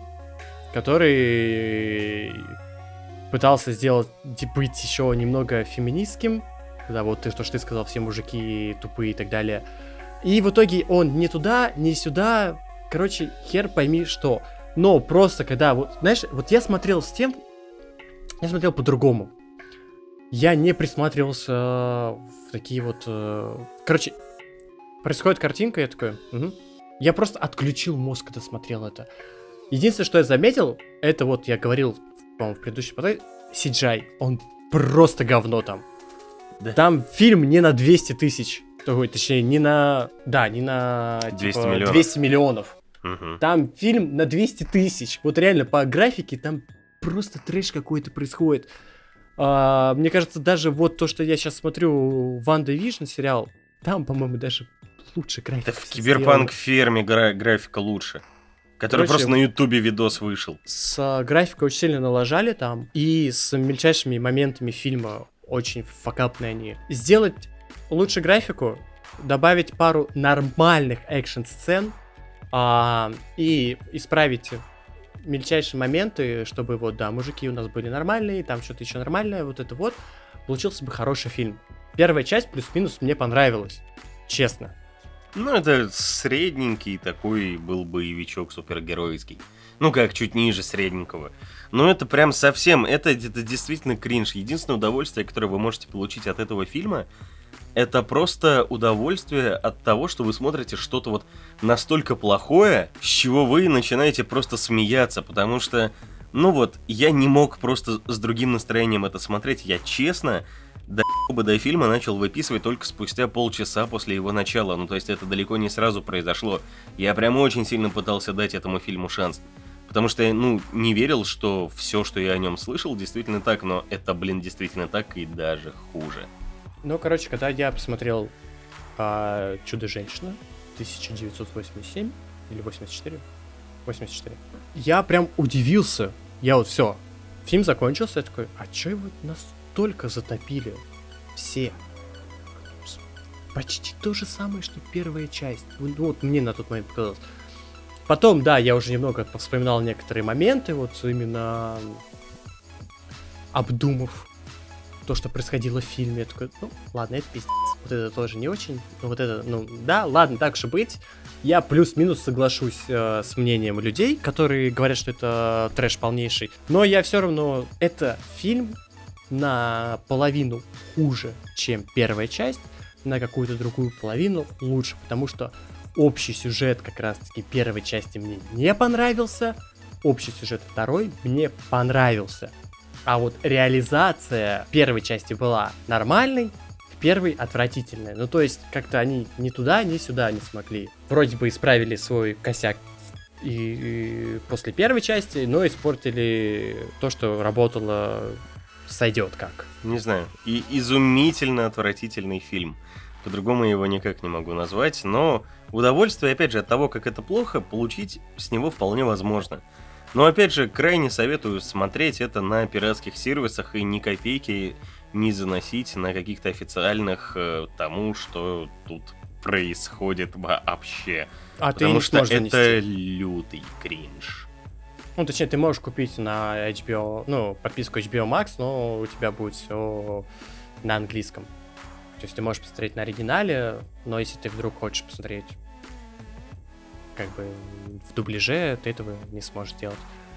который пытался быть еще немного феминистским. Да, вот то, что ты сказал, все мужики тупые и так далее. И в итоге он не туда, не сюда. Короче, хер пойми что. Но просто когда, знаешь, я смотрел я смотрел по-другому. Я не присматривался в такие вот... Короче, происходит картинка, я такой... Угу. Я просто отключил мозг, когда смотрел это. Единственное, что я заметил, это я говорил, по-моему, в предыдущем подкасте, CGI, он просто говно там. Да. Там фильм не на 200 тысяч, точнее, не на 200 миллионов. Угу. Там фильм на 200 тысяч. Вот реально, по графике там просто трэш какой-то происходит. Мне кажется, даже то, что я сейчас смотрю, Ванда Вижн сериал, там, по-моему, даже лучше графика. Да в Киберпанк-ферме графика лучше. Который просто на Ютубе видос вышел. С графикой очень сильно налажали там. И с мельчайшими моментами фильма очень факапные они. Сделать лучше графику, добавить пару нормальных экшн-сцен и исправить мельчайшие моменты, чтобы мужики у нас были нормальные, там что-то еще нормальное, получился бы хороший фильм. Первая часть плюс-минус мне понравилась, честно. Ну, это средненький такой был боевичок супергеройский. Ну, как чуть ниже средненького. Но это прям совсем, это действительно кринж. Единственное удовольствие, которое вы можете получить от этого фильма, это просто удовольствие от того, что вы смотрите что-то вот настолько плохое, с чего вы начинаете просто смеяться, потому что, ну вот, я не мог просто с другим настроением это смотреть, я честно, до фильма начал выписывать только спустя полчаса после его начала, ну то есть это далеко не сразу произошло. Я прям очень сильно пытался дать этому фильму шанс, потому что я, не верил, что все, что я о нем слышал, действительно так, но это, действительно так и даже хуже. Ну, короче, когда я посмотрел «Чудо-женщина» 1987 или 84, 84, я прям удивился. Я вот все, фильм закончился, я такой, а чё его настолько затопили все? Почти то же самое, что первая часть. Вот мне на тот момент показалось. Потом, да, я уже немного повспоминал некоторые моменты, вот именно обдумав то, что происходило в фильме, я такой, ладно, это пиздец, вот это тоже не очень, вот это, да, ладно, так уж и быть. Я плюс-минус соглашусь с мнением людей, которые говорят, что это трэш полнейший, но я все равно, это фильм на половину хуже, чем первая часть, на какую-то другую половину лучше, потому что общий сюжет как раз-таки первой части мне не понравился, общий сюжет второй мне понравился. А вот реализация первой части была нормальной, в первой отвратительной. Ну, то есть, как-то они ни туда, ни сюда не смогли. Вроде бы исправили свой косяк и после первой части, но испортили то, что работало, сойдет как. Не знаю, и изумительно отвратительный фильм. По-другому его никак не могу назвать, но удовольствие, опять же, от того, как это плохо, получить с него вполне возможно. Но опять же, крайне советую смотреть это на пиратских сервисах и ни копейки не заносить на каких-то официальных тому, что тут происходит вообще. А ты потому не что сможешь это занести. лютый кринж. Ну, точнее, ты можешь купить на HBO, подписку HBO Max, но у тебя будет все на английском. То есть ты можешь посмотреть на оригинале, но если ты вдруг хочешь посмотреть как бы в дубляже, ты этого не сможешь делать.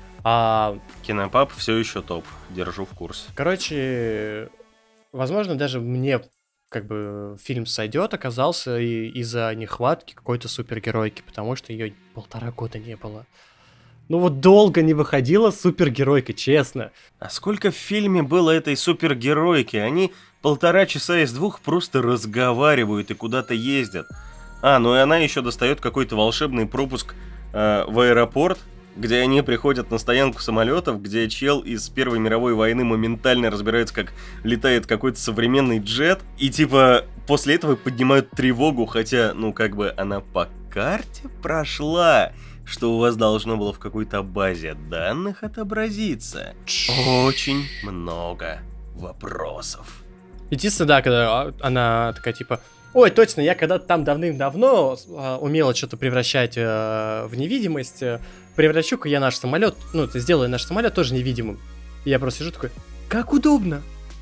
Кинопаб все еще топ, держу в курсе. Короче, возможно, даже мне как бы фильм сойдет оказался из-за нехватки какой-то супергеройки, потому что ее 1,5 года не было. Ну вот долго не выходила супергеройка, честно. А сколько в фильме было этой супергеройки? Они 1,5 часа из 2 просто разговаривают и куда-то ездят. Ну и она еще достает какой-то волшебный пропуск в аэропорт, где они приходят на стоянку самолетов, где чел из Первой мировой войны моментально разбирается, как летает какой-то современный джет, и типа после этого поднимают тревогу, хотя, она по карте прошла, что у вас должно было в какой-то базе данных отобразиться. Очень много вопросов. Единственное, да, когда она такая типа... Ой, точно, я когда-то там давным-давно умела что-то превращать в невидимость. Превращу-ка я наш самолет, сделаю наш самолет тоже невидимым. И я просто сижу такой, как удобно.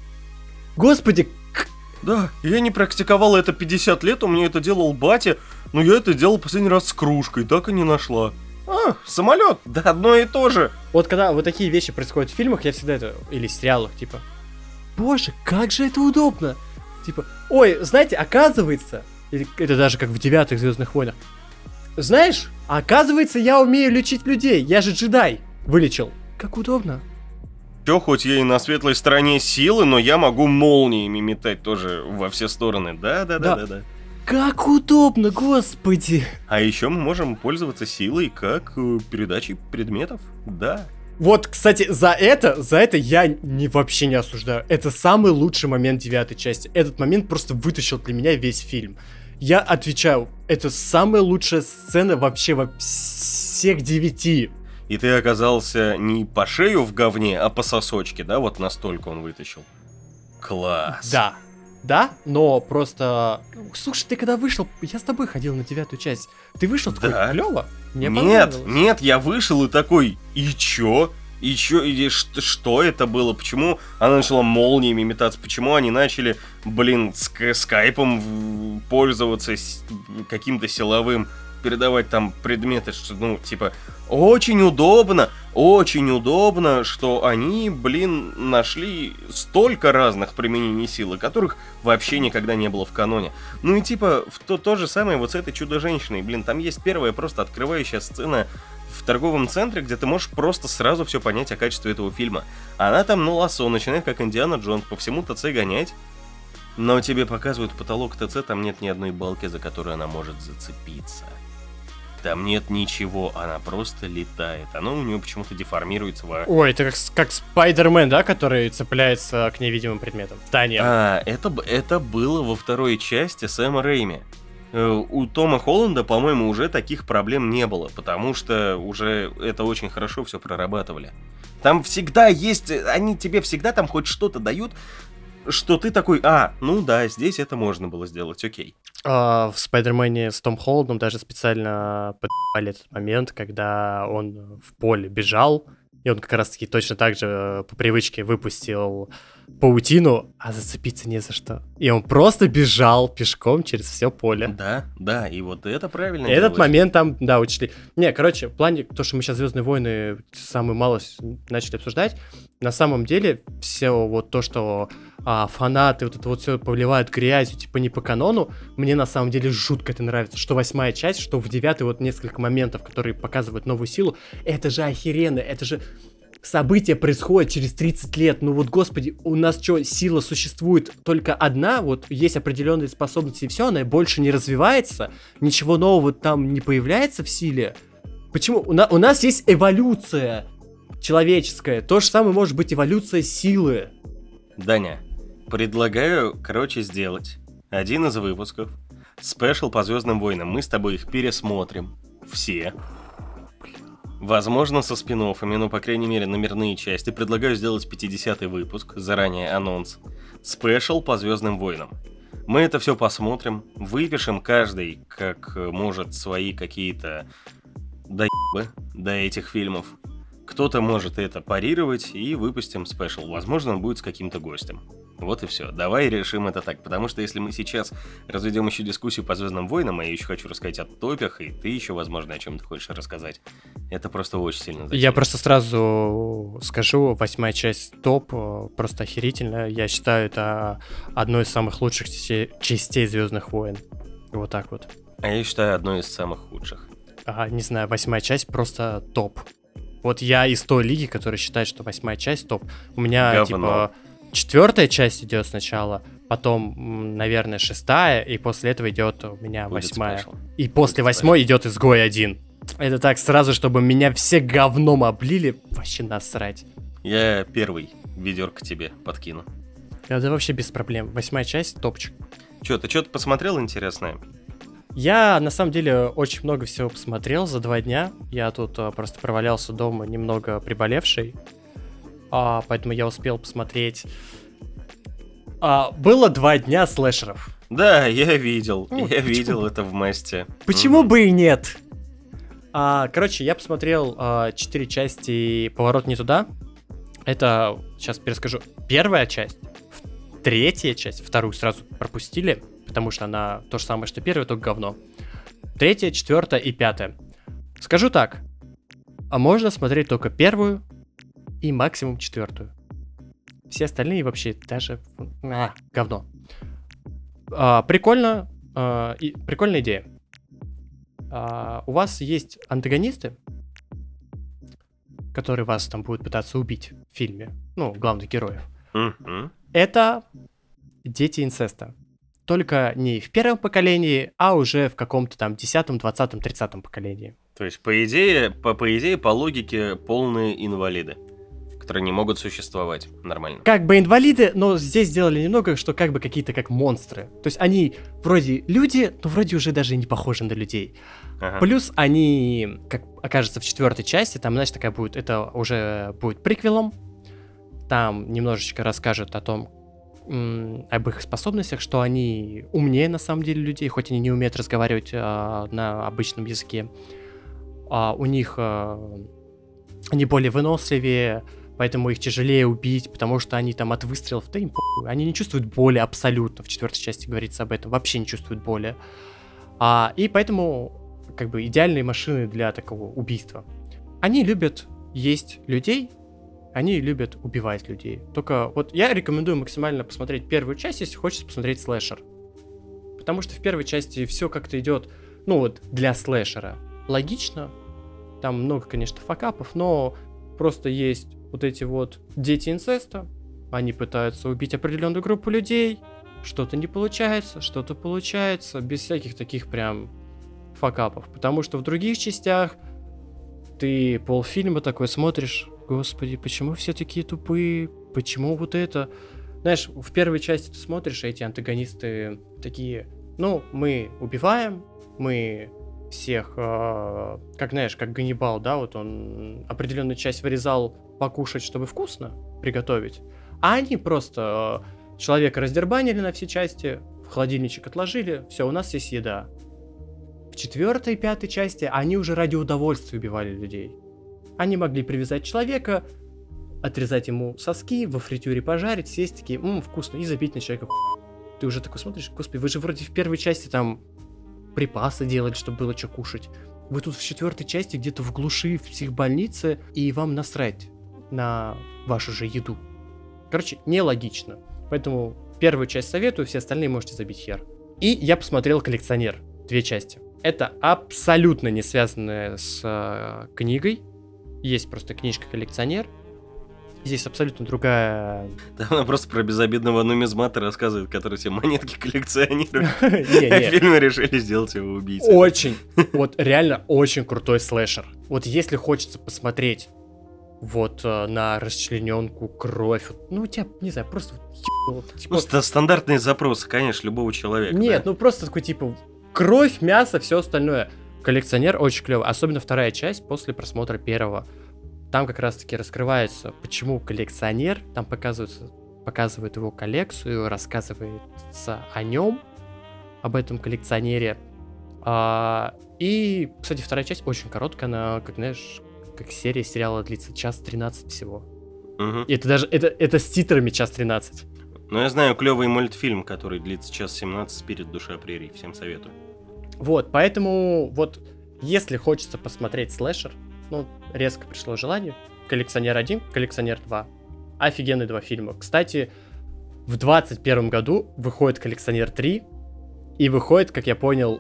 Господи. Да, я не практиковал это 50 лет, у меня это делал батя, но я это делал последний раз с кружкой, так и не нашла. Самолет, да одно и то же. Вот когда вот такие вещи происходят в фильмах, я всегда это, или сериалах, типа, боже, как же это удобно. Типа, ой, знаете, оказывается, или это даже как в 9-х Звездных войнах, знаешь, оказывается, я умею лечить людей, я же джедай, вылечил. Как удобно. Хоть я и на светлой стороне силы, но я могу молниями метать тоже во все стороны. Да. Как удобно, господи. А еще мы можем пользоваться силой как передачей предметов. Да. Вот, кстати, за это я вообще не осуждаю. Это самый лучший момент 9-й части. Этот момент просто вытащил для меня весь фильм. Я отвечаю, это самая лучшая сцена вообще во всех 9. И ты оказался не по шею в говне, а по сосочке, да? Вот настолько он вытащил. Класс. Да, но просто... Слушай, ты когда вышел, я с тобой ходил на 9-ю часть. Ты вышел такой, клево? Нет, я вышел и такой, и чё? И что это было? Почему она начала молниями метаться? Почему они начали, скайпом пользоваться каким-то силовым, передавать там предметы, что, очень удобно, что они, нашли столько разных применений силы, которых вообще никогда не было в каноне. То же самое вот с этой Чудо-женщиной. Там есть первая просто открывающая сцена в торговом центре, где ты можешь просто сразу все понять о качестве этого фильма. Она там на лассо начинает, как Индиана Джонс, по всему ТЦ гонять, но тебе показывают потолок ТЦ, там нет ни одной балки, за которую она может зацепиться. Там нет ничего, она просто летает. Оно у нее почему-то деформируется. Ой, это как Спайдермен, да, который цепляется к невидимым предметам. Здание. Это было во второй части Сэма Рэйми. У Тома Холланда, по-моему, уже таких проблем не было, потому что уже это очень хорошо все прорабатывали. Там всегда есть, они тебе всегда там хоть что-то дают, что ты такой, здесь это можно было сделать, окей. В Спайдермене с Том Холландом даже специально подъебали этот момент, когда он в поле бежал, и он как раз-таки точно так же по привычке выпустил паутину, а зацепиться не за что. И он просто бежал пешком через все поле. Да, и вот это правильно. И этот момент там, да, учли. В плане, то, что мы сейчас «Звездные войны» самую малость начали обсуждать, на самом деле все вот то, что фанаты вот это вот все поливают грязью, не по канону, мне на самом деле жутко это нравится, что 8-я часть, что в 9-й вот несколько моментов, которые показывают новую силу, это же охеренно, это же события происходят через 30 лет, господи, у нас что, сила существует только одна, вот есть определенные способности и все, она больше не развивается, ничего нового там не появляется в силе. Почему? У нас есть эволюция человеческая, то же самое может быть эволюция силы. Даня, предлагаю, сделать один из выпусков, спешл по Звездным войнам, мы с тобой их пересмотрим, все. Возможно, со спин-оффами, по крайней мере, номерные части. Предлагаю сделать 50-й выпуск, заранее анонс. Спешл по Звездным войнам. Мы это все посмотрим, выпишем каждый, как может, свои какие-то доебы до этих фильмов. Кто-то может это парировать и выпустим спешл. Возможно, он будет с каким-то гостем. Вот и все. Давай решим это так, потому что если мы сейчас разведем еще дискуссию по Звездным войнам, а я еще хочу рассказать о топях, и ты еще, возможно, о чем-то хочешь рассказать, это просто очень сильно затянет. Я просто сразу скажу, 8-я часть топ, просто охерительно. Я считаю, это одной из самых лучших частей Звездных войн. Вот так вот. А я считаю, одной из самых худших. Не знаю, 8-я часть просто топ. Вот я из той лиги, которая считает, что 8-я часть топ. У меня, говно. 4-я часть идет сначала, потом, наверное, 6-я, и после этого идет у меня 8-я. И после 8-й идет Изгой 1. Это так сразу, чтобы меня все говном облили, вообще насрать. Я первый ведерко тебе подкину. Это вообще без проблем. 8-я часть топчик. Че, ты что-то посмотрел интересное? Я, на самом деле, очень много всего посмотрел за 2 дня. Я тут просто провалялся дома, немного приболевший. Поэтому я успел посмотреть. Было 2 дня слэшеров. Да, я видел. Видел это в масте. Почему бы и нет? Я посмотрел 4 части «Поворот не туда». Это, сейчас перескажу, 1-я часть, 3-я часть, 2-ю сразу пропустили, потому что она то же самое, что 1-я, только говно. 3-я, 4-я и 5-я. Скажу так, можно смотреть только 1-ю и максимум 4-ю. Все остальные вообще даже говно. Прикольно, прикольная идея. У вас есть антагонисты, которые вас там будут пытаться убить в фильме, главных героев. Это дети инцеста. Только не в 1-м поколении, а уже в каком-то там 10-м, 20-м, 30-м поколении. То есть, по идее, по логике, полные инвалиды, которые не могут существовать нормально. Как бы инвалиды, но здесь сделали немного, что как бы какие-то как монстры. То есть они вроде люди, но вроде уже даже не похожи на людей. Ага. Плюс они, как окажется в 4-й части, там, знаешь, такая будет, это уже будет приквелом. Там немножечко расскажут о том, об их способностях, что они умнее на самом деле людей, хоть они не умеют разговаривать на обычном языке. У них они более выносливее, поэтому их тяжелее убить, потому что они там от выстрелов, да им похуй, они не чувствуют боли абсолютно, в 4 части говорится об этом, вообще не чувствуют боли. И поэтому, как бы, идеальные машины для такого убийства. Они любят есть людей, они любят убивать людей. Только вот я рекомендую максимально посмотреть первую часть, если хочется посмотреть слэшер. Потому что в первой части все как-то идет, ну вот, для слэшера логично. Там много, конечно, факапов, но просто есть вот эти вот дети инцеста. Они пытаются убить определенную группу людей. Что-то не получается, что-то получается. Без всяких таких прям факапов. Потому что в других частях ты полфильма такой смотришь, господи, почему все такие тупые, почему вот это? Знаешь, в первой части ты смотришь, эти антагонисты такие, ну, мы убиваем, мы всех, как знаешь, как Ганнибал, да, вот он определенную часть вырезал покушать, чтобы вкусно приготовить, а они просто человека раздербанили на все части, в холодильничек отложили, все, у нас есть еда. В 4-й, 5-й части они уже ради удовольствия убивали людей. Они могли привязать человека, отрезать ему соски, во фритюре пожарить, сесть такие, вкусно, и забить на человека. Ты уже такой смотришь, господи, вы же вроде в первой части там припасы делали, чтобы было что кушать. Вы тут в 4-й части где-то в глуши, в психбольнице, и вам насрать на вашу же еду. Короче, нелогично. Поэтому первую часть советую, все остальные можете забить хер. И я посмотрел «Коллекционер», 2 части. Это абсолютно не связанное с книгой. Есть просто книжка «Коллекционер». Здесь абсолютно другая... Там она просто про безобидного нумизмата рассказывает, который все монетки коллекционирует. Не. А в фильме решили сделать его убийцей. Очень, вот реально очень крутой слэшер. Вот если хочется посмотреть вот на расчлененку, кровь, ну у тебя, не знаю, просто... Ну, стандартные запросы, конечно, любого человека. Нет, ну просто такой типа кровь, мясо, все остальное. «Коллекционер» очень клевый, особенно вторая часть после просмотра 1. Там как раз-таки раскрывается, почему коллекционер, там показывают его коллекцию, рассказывается о нем, об этом коллекционере. И, кстати, вторая часть очень короткая, она, как знаешь, как серия сериала длится 1:13 всего. Угу. И это даже, это с титрами 1:13. Ну, я знаю клевый мультфильм, который длится 1:17, «Спирит. Душа прерий». Всем советую. Вот, поэтому, вот, если хочется посмотреть слэшер, ну, резко пришло желание. «Коллекционер 1», «Коллекционер 2». Офигенные 2 фильма. Кстати, в 2021 году выходит «Коллекционер 3», и выходит, как я понял,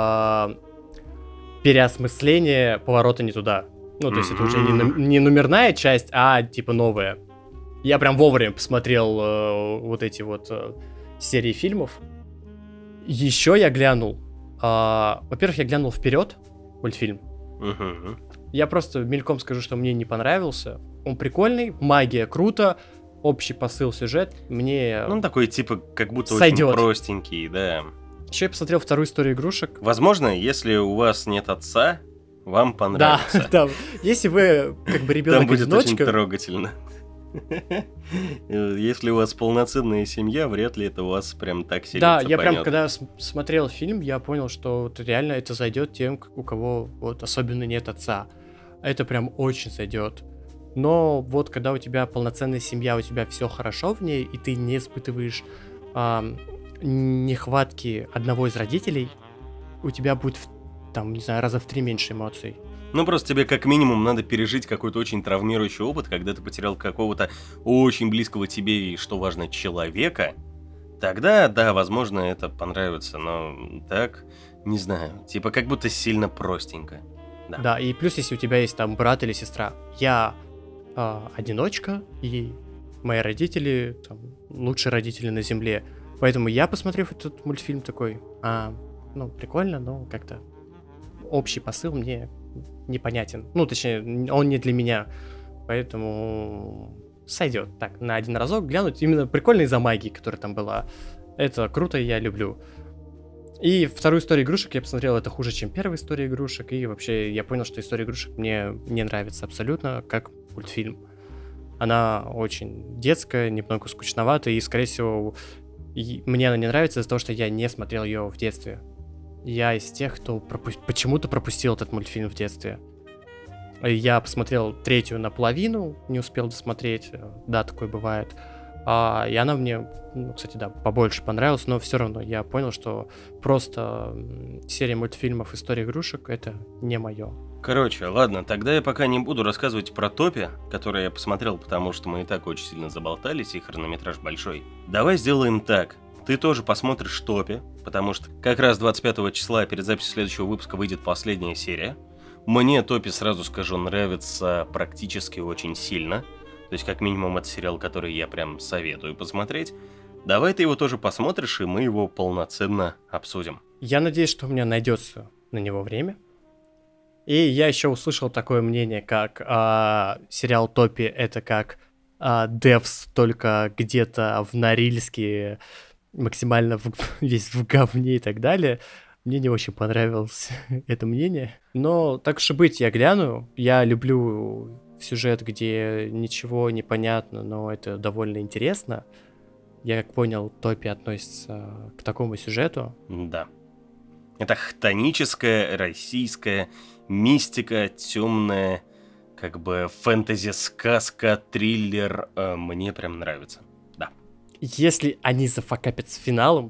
переосмысление «Поворота не туда». Ну, то есть это уже не номерная часть, а типа новая. Я прям вовремя посмотрел вот эти вот серии фильмов. Еще я глянул. Во-первых, я глянул «Вперед» мультфильм. Я просто мельком скажу, что мне не понравился. Он прикольный, магия круто, общий посыл, сюжет мне... Ну, такой, типа, как будто сойдет. Очень простенький, да. Еще я посмотрел вторую «Историю игрушек». Возможно, если у вас нет отца, вам понравится. Да, если вы, как бы, ребенок-одиночка... Там будет очень трогательно. Если у вас полноценная семья, вряд ли это у вас прям так сильно. Да, я прям, когда смотрел фильм, я понял, что вот реально это зайдет тем, у кого вот особенно нет отца. Это прям очень зайдет. Но вот когда у тебя полноценная семья, у тебя все хорошо в ней, и ты не испытываешь нехватки одного из родителей, у тебя будет, там, не знаю, раза в 3 меньше эмоций. Ну, просто тебе как минимум надо пережить какой-то очень травмирующий опыт, когда ты потерял какого-то очень близкого тебе и, что важно, человека. Тогда, да, возможно, это понравится, но так, не знаю, типа как будто сильно простенько. Да, и плюс, если у тебя есть там брат или сестра. Я одиночка, и мои родители, там, лучшие родители на земле. Поэтому я, посмотрев этот мультфильм, такой, ну, прикольно, но как-то общий посыл мне непонятен. Ну, точнее, он не для меня. Поэтому сойдет. Так, на один разок глянуть. Именно прикольно из-за магии, которая там была. Это круто, я люблю. И вторую «Историю игрушек» я посмотрел, это хуже, чем первая «История игрушек». И вообще я понял, что «История игрушек» мне не нравится абсолютно, как мультфильм. Она очень детская, немного скучноватая. И, скорее всего, мне она не нравится из-за того, что я не смотрел ее в детстве. Я из тех, кто почему-то пропустил этот мультфильм в детстве. Я посмотрел третью наполовину, не успел досмотреть, да, такое бывает. И она мне, кстати, да, побольше понравилась, но все равно я понял, что просто серия мультфильмов «История игрушек» — это не мое. Короче, ладно, тогда я пока не буду рассказывать про Топи, который я посмотрел, потому что мы и так очень сильно заболтались, и хронометраж большой. Давай сделаем так. Ты тоже посмотришь Топи, потому что как раз 25 числа перед записью следующего выпуска выйдет последняя серия. Мне Топи, сразу скажу, нравится практически очень сильно. То есть, как минимум, это сериал, который я прям советую посмотреть. Давай ты его тоже посмотришь, и мы его полноценно обсудим. Я надеюсь, что у меня найдется на него время. И я еще услышал такое мнение, как сериал Топи — это как Девс, только где-то в Норильске, максимально весь в говне и так далее. Мне не очень понравилось это мнение. Но так уж и быть, я гляну. Я люблю сюжет, где ничего не понятно, но это довольно интересно. Я, как понял, Топи относится к такому сюжету. Да. Это хтоническая, российская мистика, темная, как бы фэнтези-сказка, триллер. Мне прям нравится. Да. Если они зафакапят с финалом,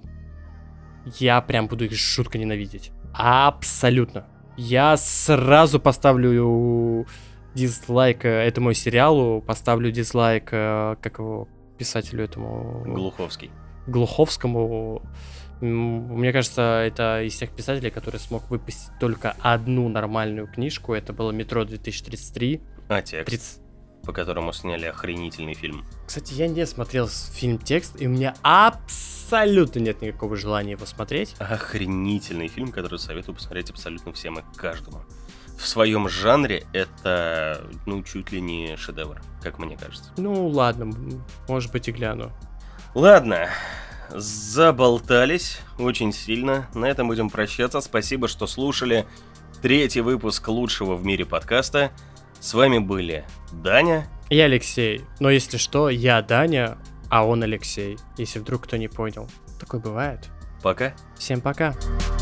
я прям буду их жутко ненавидеть. Абсолютно. Я сразу поставлю дизлайк этому сериалу, поставлю дизлайк, как его, писателю этому... Глуховскому. Мне кажется, это из тех писателей, который смог выпустить только одну нормальную книжку. Это было «Метро 2033». Текст, по которому сняли охренительный фильм. Кстати, я не смотрел фильм «Текст», и у меня абсолютно нет никакого желания его смотреть. Охренительный фильм, который советую посмотреть абсолютно всем и каждому. В своем жанре это, чуть ли не шедевр, как мне кажется. Ладно, может быть и гляну. Ладно, заболтались очень сильно. На этом будем прощаться. Спасибо, что слушали 3-й выпуск лучшего в мире подкаста. С вами были Даня и Алексей. Но если что, я Даня, а он Алексей. Если вдруг кто не понял. Такое бывает. Пока. Всем пока.